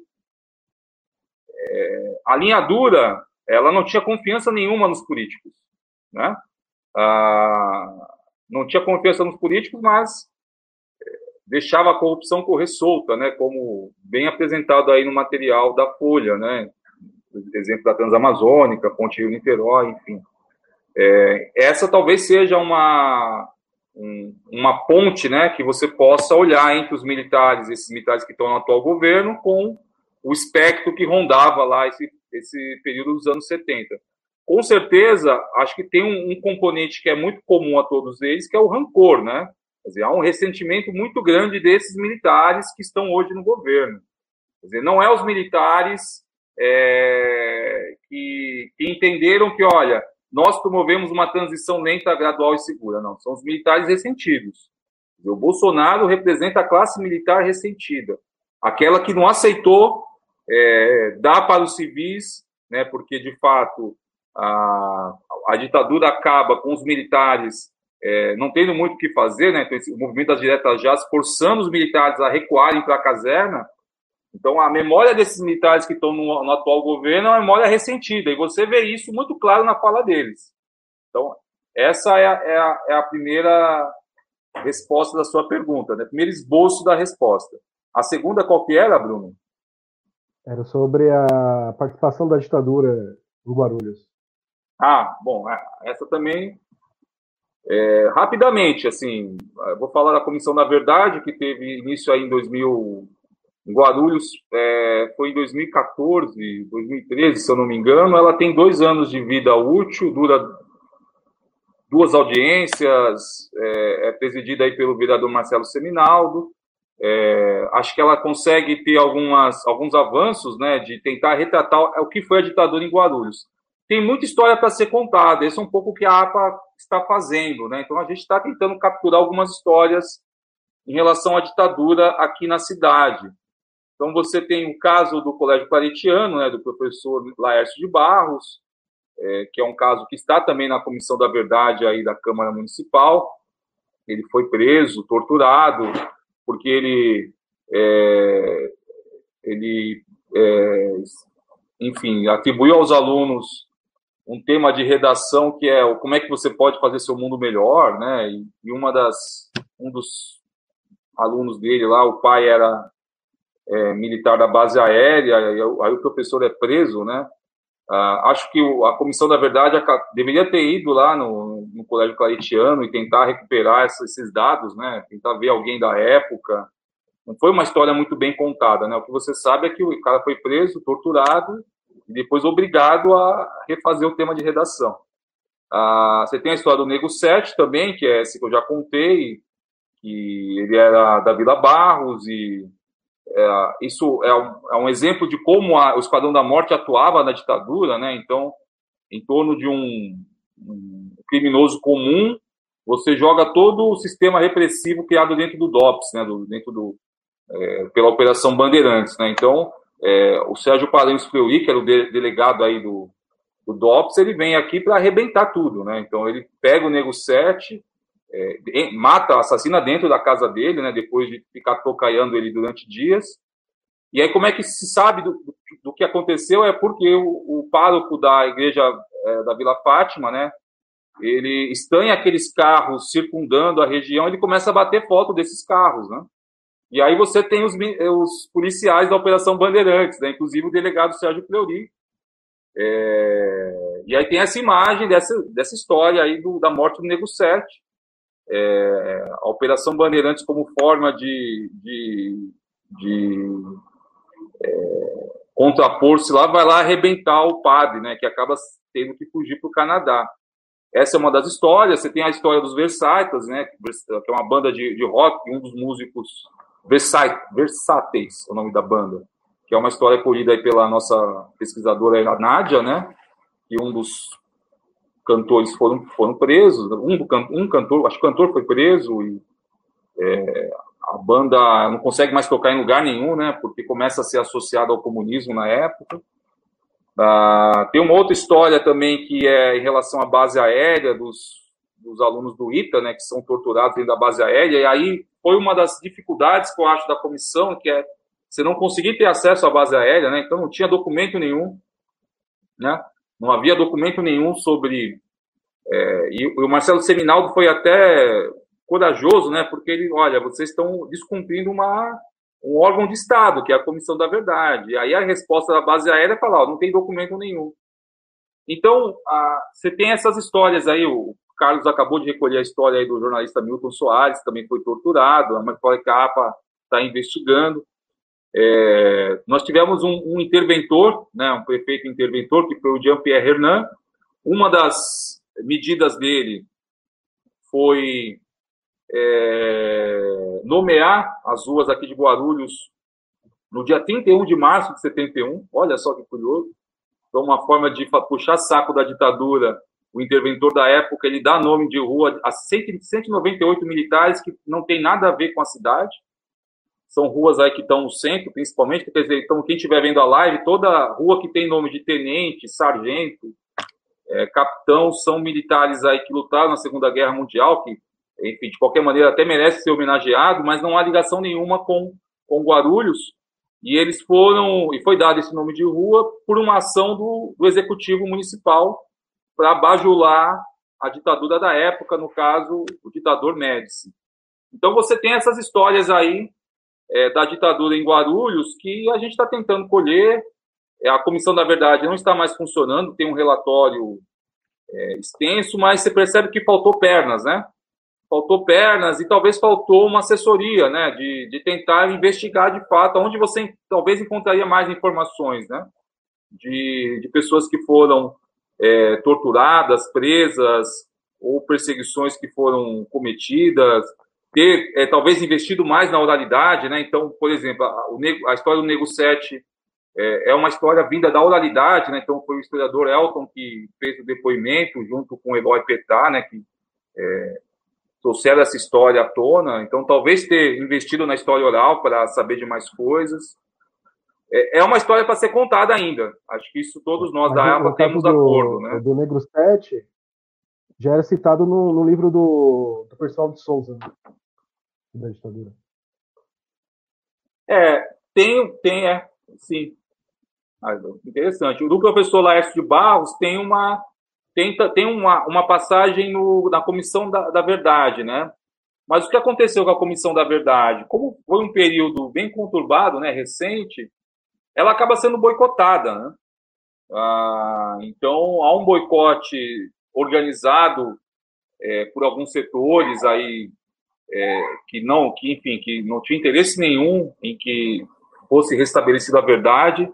É, a linha dura, ela não tinha confiança nenhuma nos políticos, né? Ah, não tinha confiança nos políticos, mas deixava a corrupção correr solta, né? Como bem apresentado aí no material da Folha, né? Exemplo da Transamazônica, Ponte Rio-Niterói, enfim. É, essa talvez seja uma, um, uma ponte, né, que você possa olhar entre os militares, esses militares que estão no atual governo, com o espectro que rondava lá esse, esse período dos anos setenta. Com certeza, acho que tem um, um componente que é muito comum a todos eles, que é o rancor, né? Quer dizer, há um ressentimento muito grande desses militares que estão hoje no governo. Quer dizer, não é os militares é, que, que entenderam que, olha, nós promovemos uma transição lenta, gradual e segura. Não, são os militares ressentidos. O Bolsonaro representa a classe militar ressentida, aquela que não aceitou é, dar para os civis, né, porque, de fato, a, a ditadura acaba com os militares é, não tendo muito o que fazer, né, então, esse, o movimento das diretas já forçando os militares a recuarem para a caserna. Então, a memória desses militares que estão no, no atual governo é uma memória ressentida, e você vê isso muito claro na fala deles. Então, essa é a, é a, é a primeira resposta da sua pergunta, né? Primeiro esboço da resposta. A segunda qual que era, Bruno? Era sobre a participação da ditadura em Guarulhos. Ah, bom, essa também, é, rapidamente, assim, vou falar da Comissão da Verdade, que teve início aí em dois mil... Em Guarulhos, é, foi em dois mil e quatorze, dois mil e treze, se eu não me engano. Ela tem dois anos de vida útil, dura duas audiências, é, é presidida aí pelo vereador Marcelo Seminaldo. É, acho que ela consegue ter algumas, alguns avanços, né, de tentar retratar o que foi a ditadura em Guarulhos. Tem muita história para ser contada, esse é um pouco o que a A P A está fazendo, né? Então a gente está tentando capturar algumas histórias em relação à ditadura aqui na cidade. Então, você tem o caso do Colégio Claretiano, né, do professor Laércio de Barros, é, que é um caso que está também na Comissão da Verdade aí da Câmara Municipal. Ele foi preso, torturado, porque ele, é, ele é, enfim, atribuiu aos alunos um tema de redação que é como é que você pode fazer seu mundo melhor, né? E, e uma das, um dos alunos dele lá, o pai era É, militar da base aérea, aí, aí o professor é preso, né? Ah, acho que o, a Comissão da Verdade deveria ter ido lá no, no Colégio Claretiano e tentar recuperar esses, esses dados, né? Tentar ver alguém da época. Não foi uma história muito bem contada, né? O que você sabe é que o cara foi preso, torturado e depois obrigado a refazer o tema de redação. Ah, você tem a história do Nego Sete também, que é esse que eu já contei, que ele era da Vila Barros e É, isso é um, é um exemplo de como a, o Esquadrão da Morte atuava na ditadura, né? Então, em torno de um, um criminoso comum, você joga todo o sistema repressivo criado dentro do D O P S, né? Do, dentro do, é, pela Operação Bandeirantes, né? Então, é, o Sérgio Paranhos Fleury, que era o de, delegado aí do, do D O P S, ele vem aqui para arrebentar tudo, né? Então, ele pega o Nego Sete, É, mata, assassina dentro da casa dele, né, depois de ficar tocaiando ele durante dias. E aí como é que se sabe do, do, do que aconteceu? É porque o, o pároco da igreja é, da Vila Fátima, né, ele estranha aqueles carros circundando a região, ele começa a bater foto desses carros, né? E aí você tem os, os policiais da Operação Bandeirantes, né, inclusive o delegado Sérgio Fleury. É, e aí tem essa imagem dessa, dessa história aí do, da morte do Nego Sete. É, a Operação Bandeirantes como forma de, de, de é, contrapor-se lá, vai lá arrebentar o padre, né, que acaba tendo que fugir para o Canadá. Essa é uma das histórias. Você tem a história dos Versáteis, né, que é uma banda de, de rock, um dos músicos Versáteis, é o nome da banda, que é uma história colhida aí pela nossa pesquisadora a Nádia, né, que um dos cantores foram, foram presos, um, do, um cantor, acho que o cantor foi preso, e é, a banda não consegue mais tocar em lugar nenhum, né, porque começa a ser associada ao comunismo na época. Ah, tem uma outra história também que é em relação à base aérea dos, dos alunos do ITA, né, que são torturados dentro da base aérea, e aí foi uma das dificuldades que eu acho da comissão, que é você não conseguir ter acesso à base aérea, né, então não tinha documento nenhum, né, não havia documento nenhum sobre... É, e o Marcelo Seminaldo foi até corajoso, né, porque ele, olha, vocês estão descumprindo uma, um órgão de Estado, que é a Comissão da Verdade. E aí a resposta da base aérea é falar, ó, não tem documento nenhum. Então, a, você tem essas histórias aí, o Carlos acabou de recolher a história aí do jornalista Milton Soares, que também foi torturado, é uma história que a APA está investigando. É, nós tivemos um, um interventor, né, um prefeito interventor, que foi o Jean-Pierre Hernan. Uma das medidas dele foi é, nomear as ruas aqui de Guarulhos no dia trinta e um de março de setenta e um. Olha só que curioso. Então, uma forma de puxar saco da ditadura, o interventor da época, ele dá nome de rua a cento e noventa e oito militares que não tem nada a ver com a cidade. São ruas aí que estão no centro, principalmente, quer dizer, então, quem estiver vendo a live, toda rua que tem nome de tenente, sargento, é, capitão, são militares aí que lutaram na Segunda Guerra Mundial, que, enfim, de qualquer maneira até merece ser homenageado, mas não há ligação nenhuma com, com Guarulhos. E eles foram, e foi dado esse nome de rua por uma ação do, do Executivo Municipal para bajular a ditadura da época, no caso, o ditador Médici. Então você tem essas histórias aí é, da ditadura em Guarulhos que a gente está tentando colher. A Comissão da Verdade não está mais funcionando, tem um relatório é, extenso, mas você percebe que faltou pernas, né? Faltou pernas e talvez faltou uma assessoria, né, de, de tentar investigar de fato onde você talvez encontraria mais informações, né, de, de pessoas que foram é, torturadas, presas, ou perseguições que foram cometidas, ter é, talvez investido mais na oralidade, né. Então, por exemplo, a, o, a história do Nego Sete é, é uma história vinda da oralidade, né. Então foi o historiador Elton que fez o depoimento junto com o Eloy Petá, né, que é, trouxeram essa história à tona, então talvez ter investido na história oral para saber de mais coisas. É, é uma história para ser contada ainda. Acho que isso todos nós da APA temos do, acordo, né? Do Negro Sete já era citado no, no livro do, do Percival de Souza, da ditadura. É, tem, tem, é, sim. Ah, interessante. O do professor Laércio de Barros tem uma Tem, tem uma, uma passagem no, na Comissão da, da Verdade, né? Mas o que aconteceu com a Comissão da Verdade? Como foi um período bem conturbado, né, recente, ela acaba sendo boicotada, né? Ah, então, há um boicote organizado é, por alguns setores aí é, que não, que, enfim, que não tinha interesse nenhum em que fosse restabelecida a verdade.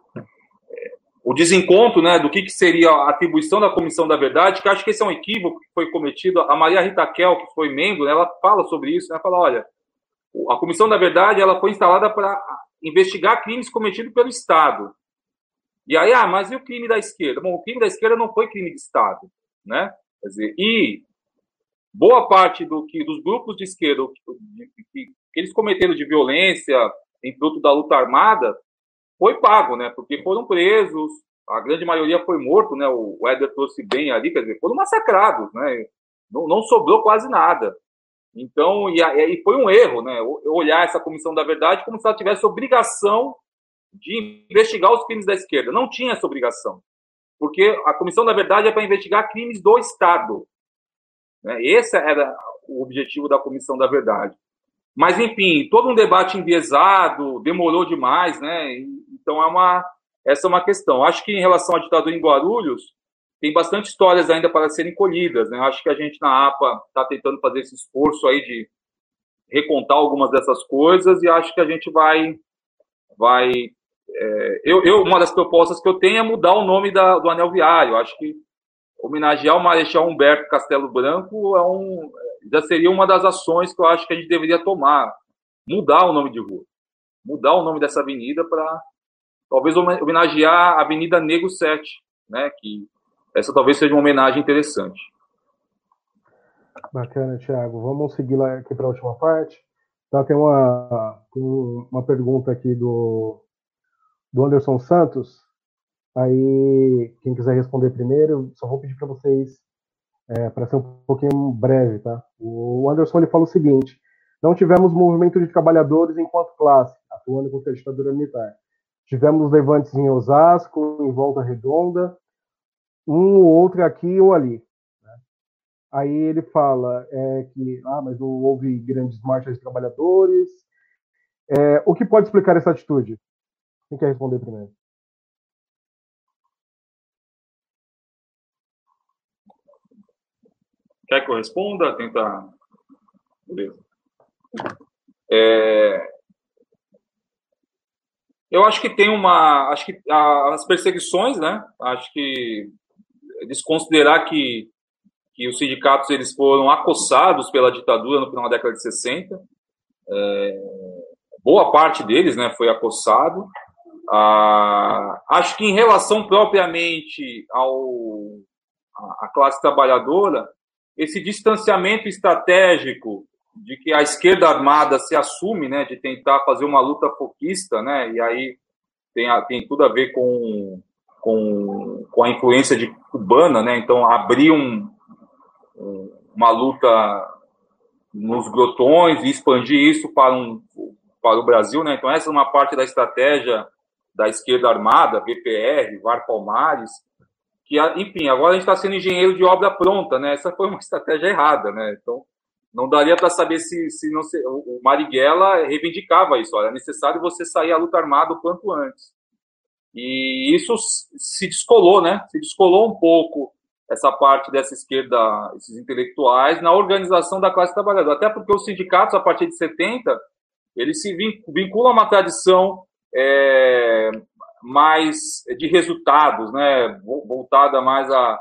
O desencontro, né, do que, que seria a atribuição da Comissão da Verdade, que acho que esse é um equívoco que foi cometido. A Maria Rita Kel, que foi membro, né, ela fala sobre isso, né, fala, olha, a Comissão da Verdade ela foi instalada para investigar crimes cometidos pelo Estado. E aí, ah, mas e o crime da esquerda? Bom, o crime da esquerda não foi crime de Estado, né? Quer dizer, e boa parte do que, dos grupos de esquerda que, que, que eles cometeram de violência em fruto da luta armada, foi pago, né? Porque foram presos, a grande maioria foi morto, né? O Éder trouxe bem ali, quer dizer, foram massacrados, né? Não, não sobrou quase nada. Então, e, e foi um erro, né? Olhar essa Comissão da Verdade como se ela tivesse obrigação de investigar os crimes da esquerda. Não tinha essa obrigação, porque a Comissão da Verdade é para investigar crimes do Estado, né? Esse era o objetivo da Comissão da Verdade. Mas, enfim, todo um debate enviesado, demorou demais, né? Então, é uma, essa é uma questão. Acho que, em relação à ditadura em Guarulhos, tem bastante histórias ainda para serem colhidas, né? Acho que a gente, na APA, está tentando fazer esse esforço aí de recontar algumas dessas coisas e acho que a gente vai... vai é, eu, eu, uma das propostas que eu tenho é mudar o nome da, do Anel Viário. Acho que homenagear o Marechal Humberto Castelo Branco é um... já seria uma das ações que eu acho que a gente deveria tomar. Mudar o nome de rua. Mudar o nome dessa avenida para, talvez, homenagear a Avenida Nego Sete, né? Que essa talvez seja uma homenagem interessante. Bacana, Thiago. Vamos seguir lá aqui para a última parte. Então, tem uma, uma pergunta aqui do, do Anderson Santos. Aí, quem quiser responder primeiro, só vou pedir para vocês, é, para ser um pouquinho breve, tá? O Anderson ele fala o seguinte: não tivemos movimento de trabalhadores enquanto classe, atuando contra a ditadura militar. Tivemos levantes em Osasco, em Volta Redonda, um ou outro aqui ou ali. Né? Aí ele fala é, que ah, mas não houve grandes marchas de trabalhadores. É, o que pode explicar essa atitude? Quem quer responder primeiro? Quer que eu responda? Tentar. Beleza. É... Eu acho que tem uma. Acho que as perseguições, né? Acho que desconsiderar que, que os sindicatos eles foram acossados pela ditadura no final da década de sessenta. É... Boa parte deles, né, foi acossado. Ah, acho que em relação propriamente ao à classe trabalhadora, esse distanciamento estratégico de que a esquerda armada se assume, né, de tentar fazer uma luta foquista, né, e aí tem, a, tem tudo a ver com, com, com a influência de cubana, né, então abrir um, um, uma luta nos grotões e expandir isso para, um, para o Brasil, né, então essa é uma parte da estratégia da esquerda armada, V P R, Var Palmares, que, enfim, agora a gente está sendo engenheiro de obra pronta, né? Essa foi uma estratégia errada, né? Então, não daria para saber se, se não se, o Marighella reivindicava isso, olha, é necessário você sair à luta armada o quanto antes. E isso se descolou, né? Se descolou um pouco essa parte dessa esquerda, esses intelectuais, na organização da classe trabalhadora. Até porque os sindicatos, a partir de setenta, eles se vinculam a uma tradição é, mais de resultados, né, voltada mais a,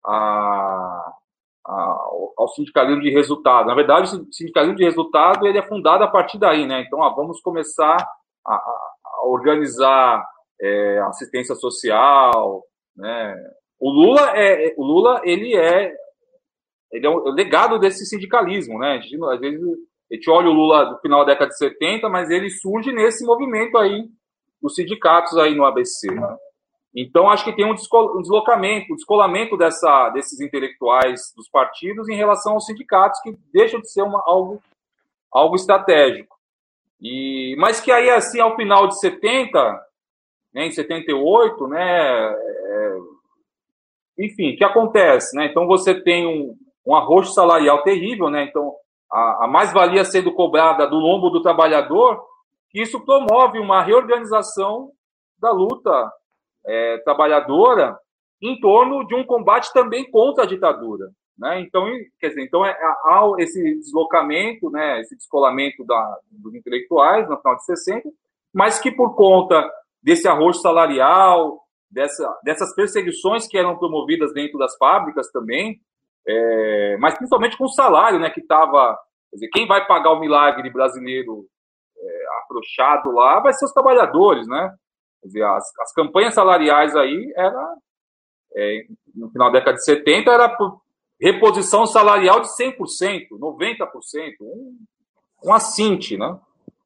a, a, ao sindicalismo de resultado. Na verdade, o sindicalismo de resultado ele é fundado a partir daí, né? Então, ó, vamos começar a, a organizar é, assistência social, né? O Lula é, o Lula ele é, ele é o legado desse sindicalismo, né? A gente, às vezes a gente olha o Lula do final da década de setenta, mas ele surge nesse movimento aí dos sindicatos aí no A B C. Né? Então, acho que tem um deslocamento, um descolamento dessa, desses intelectuais dos partidos em relação aos sindicatos, que deixam de ser uma, algo, algo estratégico. E, mas que aí, assim, ao final de setenta, né, em setenta e oito, né, é, enfim, o que acontece? Né? Então, você tem um, um arroxo salarial terrível, né? Então, a, a mais-valia sendo cobrada do lombo do trabalhador, isso promove uma reorganização da luta é, trabalhadora em torno de um combate também contra a ditadura. Né? Então, quer dizer, então é, há esse deslocamento, né, esse descolamento da, dos intelectuais no final de sessenta, mas que por conta desse arroxo salarial, dessa, dessas perseguições que eram promovidas dentro das fábricas também, é, mas principalmente com o salário, né, que estava... Quer dizer, quem vai pagar o milagre brasileiro é, afrouxado lá vai ser os trabalhadores, né? Quer dizer, as, as campanhas salariais aí, era, é, no final da década de setenta, era por reposição salarial de cem por cento, noventa por cento, um, um assinte, né?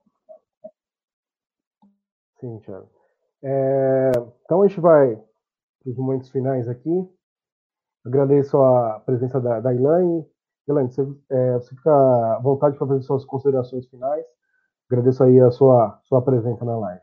Sim, Thiago. É, então a gente vai para os momentos finais aqui. Agradeço a presença da, da Elaine. Elaine, você, é, você fica à vontade para fazer suas considerações finais. Agradeço aí a sua, sua presença na live.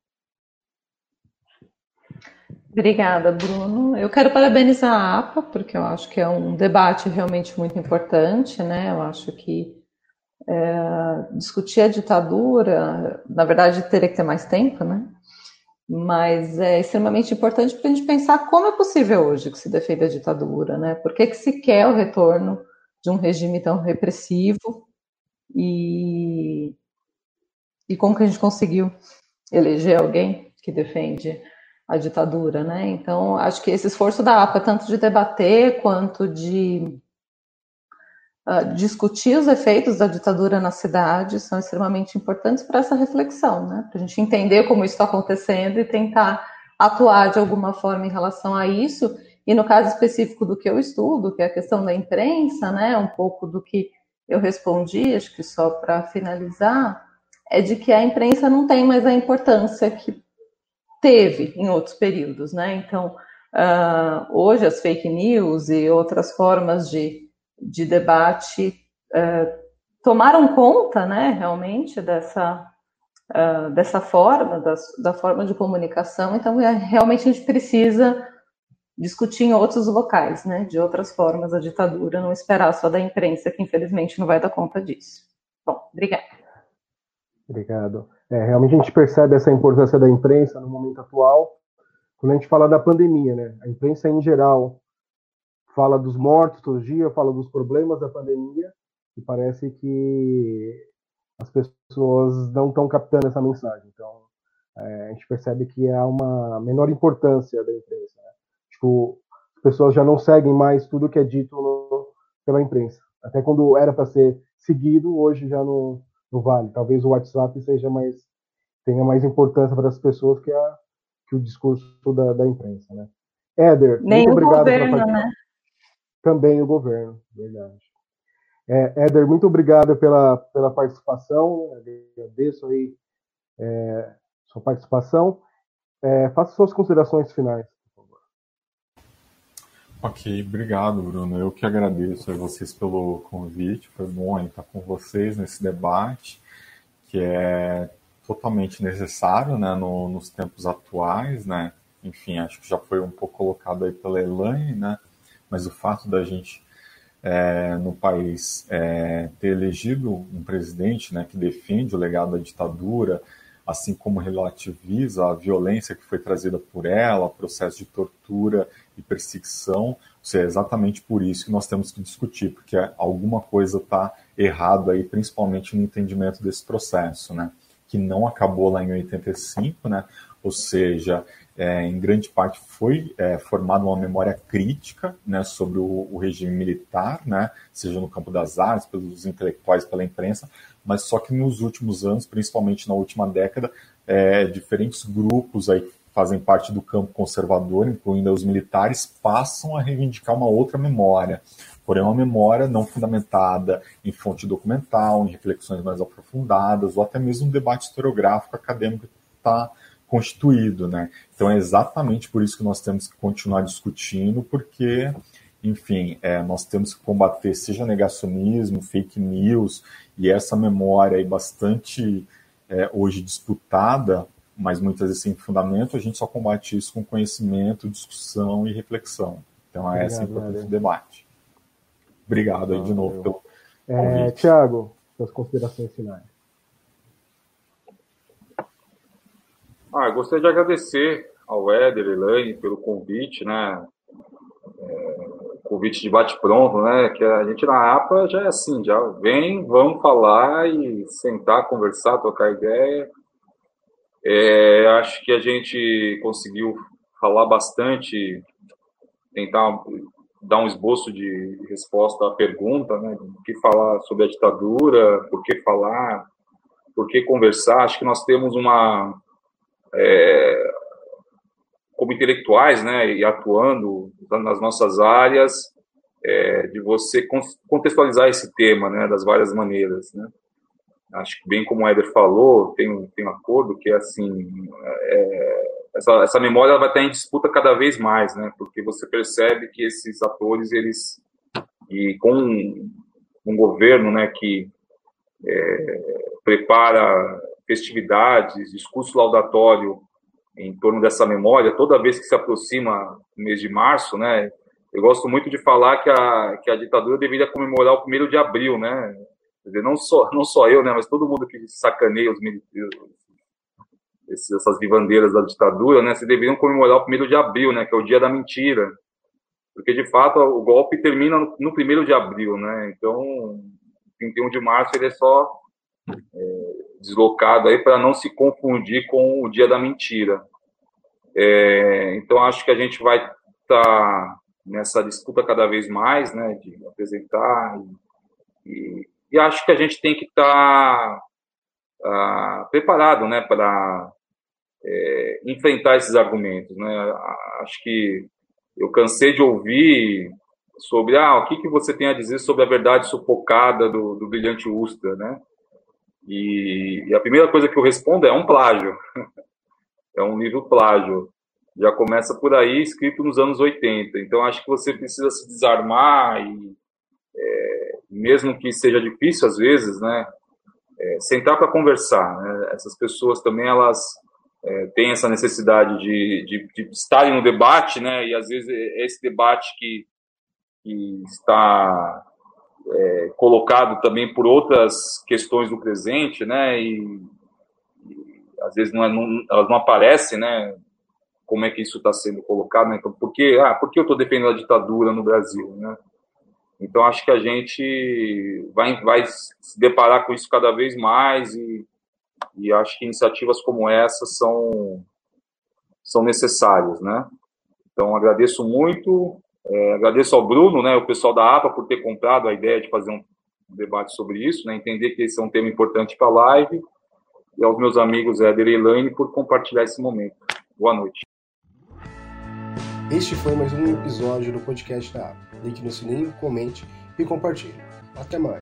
Obrigada, Bruno. Eu quero parabenizar a A P A, porque eu acho que é um debate realmente muito importante, né? Eu acho que é, discutir a ditadura, na verdade, teria que ter mais tempo, né? Mas é extremamente importante para a gente pensar como é possível hoje que se defenda a ditadura, né? Por que que se quer o retorno de um regime tão repressivo e, e como que a gente conseguiu eleger alguém que defende a ditadura, né? Então, acho que esse esforço da A P A, tanto de debater quanto de uh, discutir os efeitos da ditadura na cidade, são extremamente importantes para essa reflexão, né? Para a gente entender como isso está acontecendo e tentar atuar de alguma forma em relação a isso. E no caso específico do que eu estudo, que é a questão da imprensa, né? Um pouco do que eu respondi, acho que só para finalizar, é de que a imprensa não tem mais a importância que teve em outros períodos, né? Então, uh, hoje as fake news e outras formas de, de debate uh, tomaram conta, né, realmente, dessa, uh, dessa forma, das, da forma de comunicação. Então, é, realmente a gente precisa discutir em outros locais, né, de outras formas a ditadura, não esperar só da imprensa, que infelizmente não vai dar conta disso. Bom, obrigada. Obrigado. É, realmente a gente percebe essa importância da imprensa no momento atual, quando a gente fala da pandemia, né? A imprensa, em geral, fala dos mortos todo dia, fala dos problemas da pandemia, e parece que as pessoas não estão captando essa mensagem. Então, é, a gente percebe que há uma menor importância da imprensa, né? Tipo, as pessoas já não seguem mais tudo que é dito no, pela imprensa. Até quando era para ser seguido, hoje já não, não vale. Talvez o WhatsApp seja mais, tenha mais importância para as pessoas que, a, que o discurso da, da imprensa, né? Éder, Nem muito o obrigado governo, pela né? Também o governo, verdade. É, Éder, muito obrigado pela, pela participação. Agradeço aí é, sua participação. É, faça suas considerações finais, por favor. Ok, obrigado, Bruno. Eu que agradeço a vocês pelo convite. Foi bom estar com vocês nesse debate, que é totalmente necessário, né, no, nos tempos atuais, né? Enfim, acho que já foi um pouco colocado aí pela Elaine, né? Mas o fato da gente é, no país é, ter elegido um presidente, né, que defende o legado da ditadura, assim como relativiza a violência que foi trazida por ela, processo de tortura e perseguição, é exatamente por isso que nós temos que discutir, porque alguma coisa está errado aí, principalmente no entendimento desse processo, né, que não acabou lá em oitenta e cinco, né, ou seja, é, em grande parte foi é, formada uma memória crítica, né, sobre o, o regime militar, né, seja no campo das artes, pelos intelectuais, pela imprensa, mas só que nos últimos anos, principalmente na última década, é, diferentes grupos aí que fazem parte do campo conservador, incluindo os militares, passam a reivindicar uma outra memória, porém uma memória não fundamentada em fonte documental, em reflexões mais aprofundadas, ou até mesmo um debate historiográfico acadêmico que está constituído, né? Então é exatamente por isso que nós temos que continuar discutindo, porque, enfim, é, nós temos que combater seja negacionismo, fake news, e essa memória aí bastante é, hoje disputada, mas muitas vezes sem fundamento, a gente só combate isso com conhecimento, discussão e reflexão. Então é essa a importância do debate. Obrigado aí de novo pelo convite. É, Tiago, suas considerações finais. Ah, eu gostaria de agradecer ao Éder, Elaine, pelo convite, né? É, convite de bate-pronto, né? Que a gente na APA já é assim, já vem, vamos falar e sentar, conversar, trocar ideia. É, acho que a gente conseguiu falar bastante, tentar dar um esboço de resposta à pergunta, né? O que falar sobre a ditadura, por que falar, por que conversar. Acho que nós temos uma... É, como intelectuais, né, e atuando nas nossas áreas, é, de você contextualizar esse tema, né, das várias maneiras, né. Acho que, bem como o Éder falou, tem, tem um acordo que, assim, é, essa, essa memória vai estar em disputa cada vez mais, né, porque você percebe que esses atores, eles, e com um, um governo, né, que é, prepara festividades, discurso laudatório em torno dessa memória, toda vez que se aproxima o mês de março, né? Eu gosto muito de falar que a, que a ditadura deveria comemorar o primeiro de abril, né? Quer dizer, não só, não só eu, né? Mas todo mundo que sacaneia os militares, essas vivandeiras da ditadura, né? Vocês deveriam comemorar o primeiro de abril, né? Que é o dia da mentira. Porque, de fato, o golpe termina no primeiro de abril, né? Então, trinta e um de março ele é só... É, deslocado aí para não se confundir com o dia da mentira. É, então acho que a gente vai estar tá nessa disputa cada vez mais, né, de apresentar e, e acho que a gente tem que estar tá, uh, preparado, né, para é, enfrentar esses argumentos, né. Acho que eu cansei de ouvir sobre ah, o que, que você tem a dizer sobre a verdade sufocada do, do Brilhante Ustra, né. E, e a primeira coisa que eu respondo é um plágio. é um livro plágio. Já começa por aí, escrito nos anos oitenta. Então, acho que você precisa se desarmar e, é, mesmo que seja difícil às vezes, né, é, sentar para conversar. Né? Essas pessoas também, elas é, têm essa necessidade de, de, de estarem no debate, né, e às vezes é esse debate que, que está é, colocado também por outras questões do presente, né, e, e às vezes não é, não, elas não aparecem, né, como é que isso está sendo colocado, né? Então, por que, ah, por que eu estou defendendo a ditadura no Brasil, né? Então, acho que a gente vai, vai se deparar com isso cada vez mais e, e acho que iniciativas como essa são, são necessárias, né? Então, agradeço muito, é, agradeço ao Bruno, né, o pessoal da A P A, por ter comprado a ideia de fazer um debate sobre isso, né, entender que esse é um tema importante para a live, e aos meus amigos Éder e Elaine por compartilhar esse momento. Boa noite. Este foi mais um episódio do podcast da A P A. Clique no sininho, comente e compartilhe. Até mais.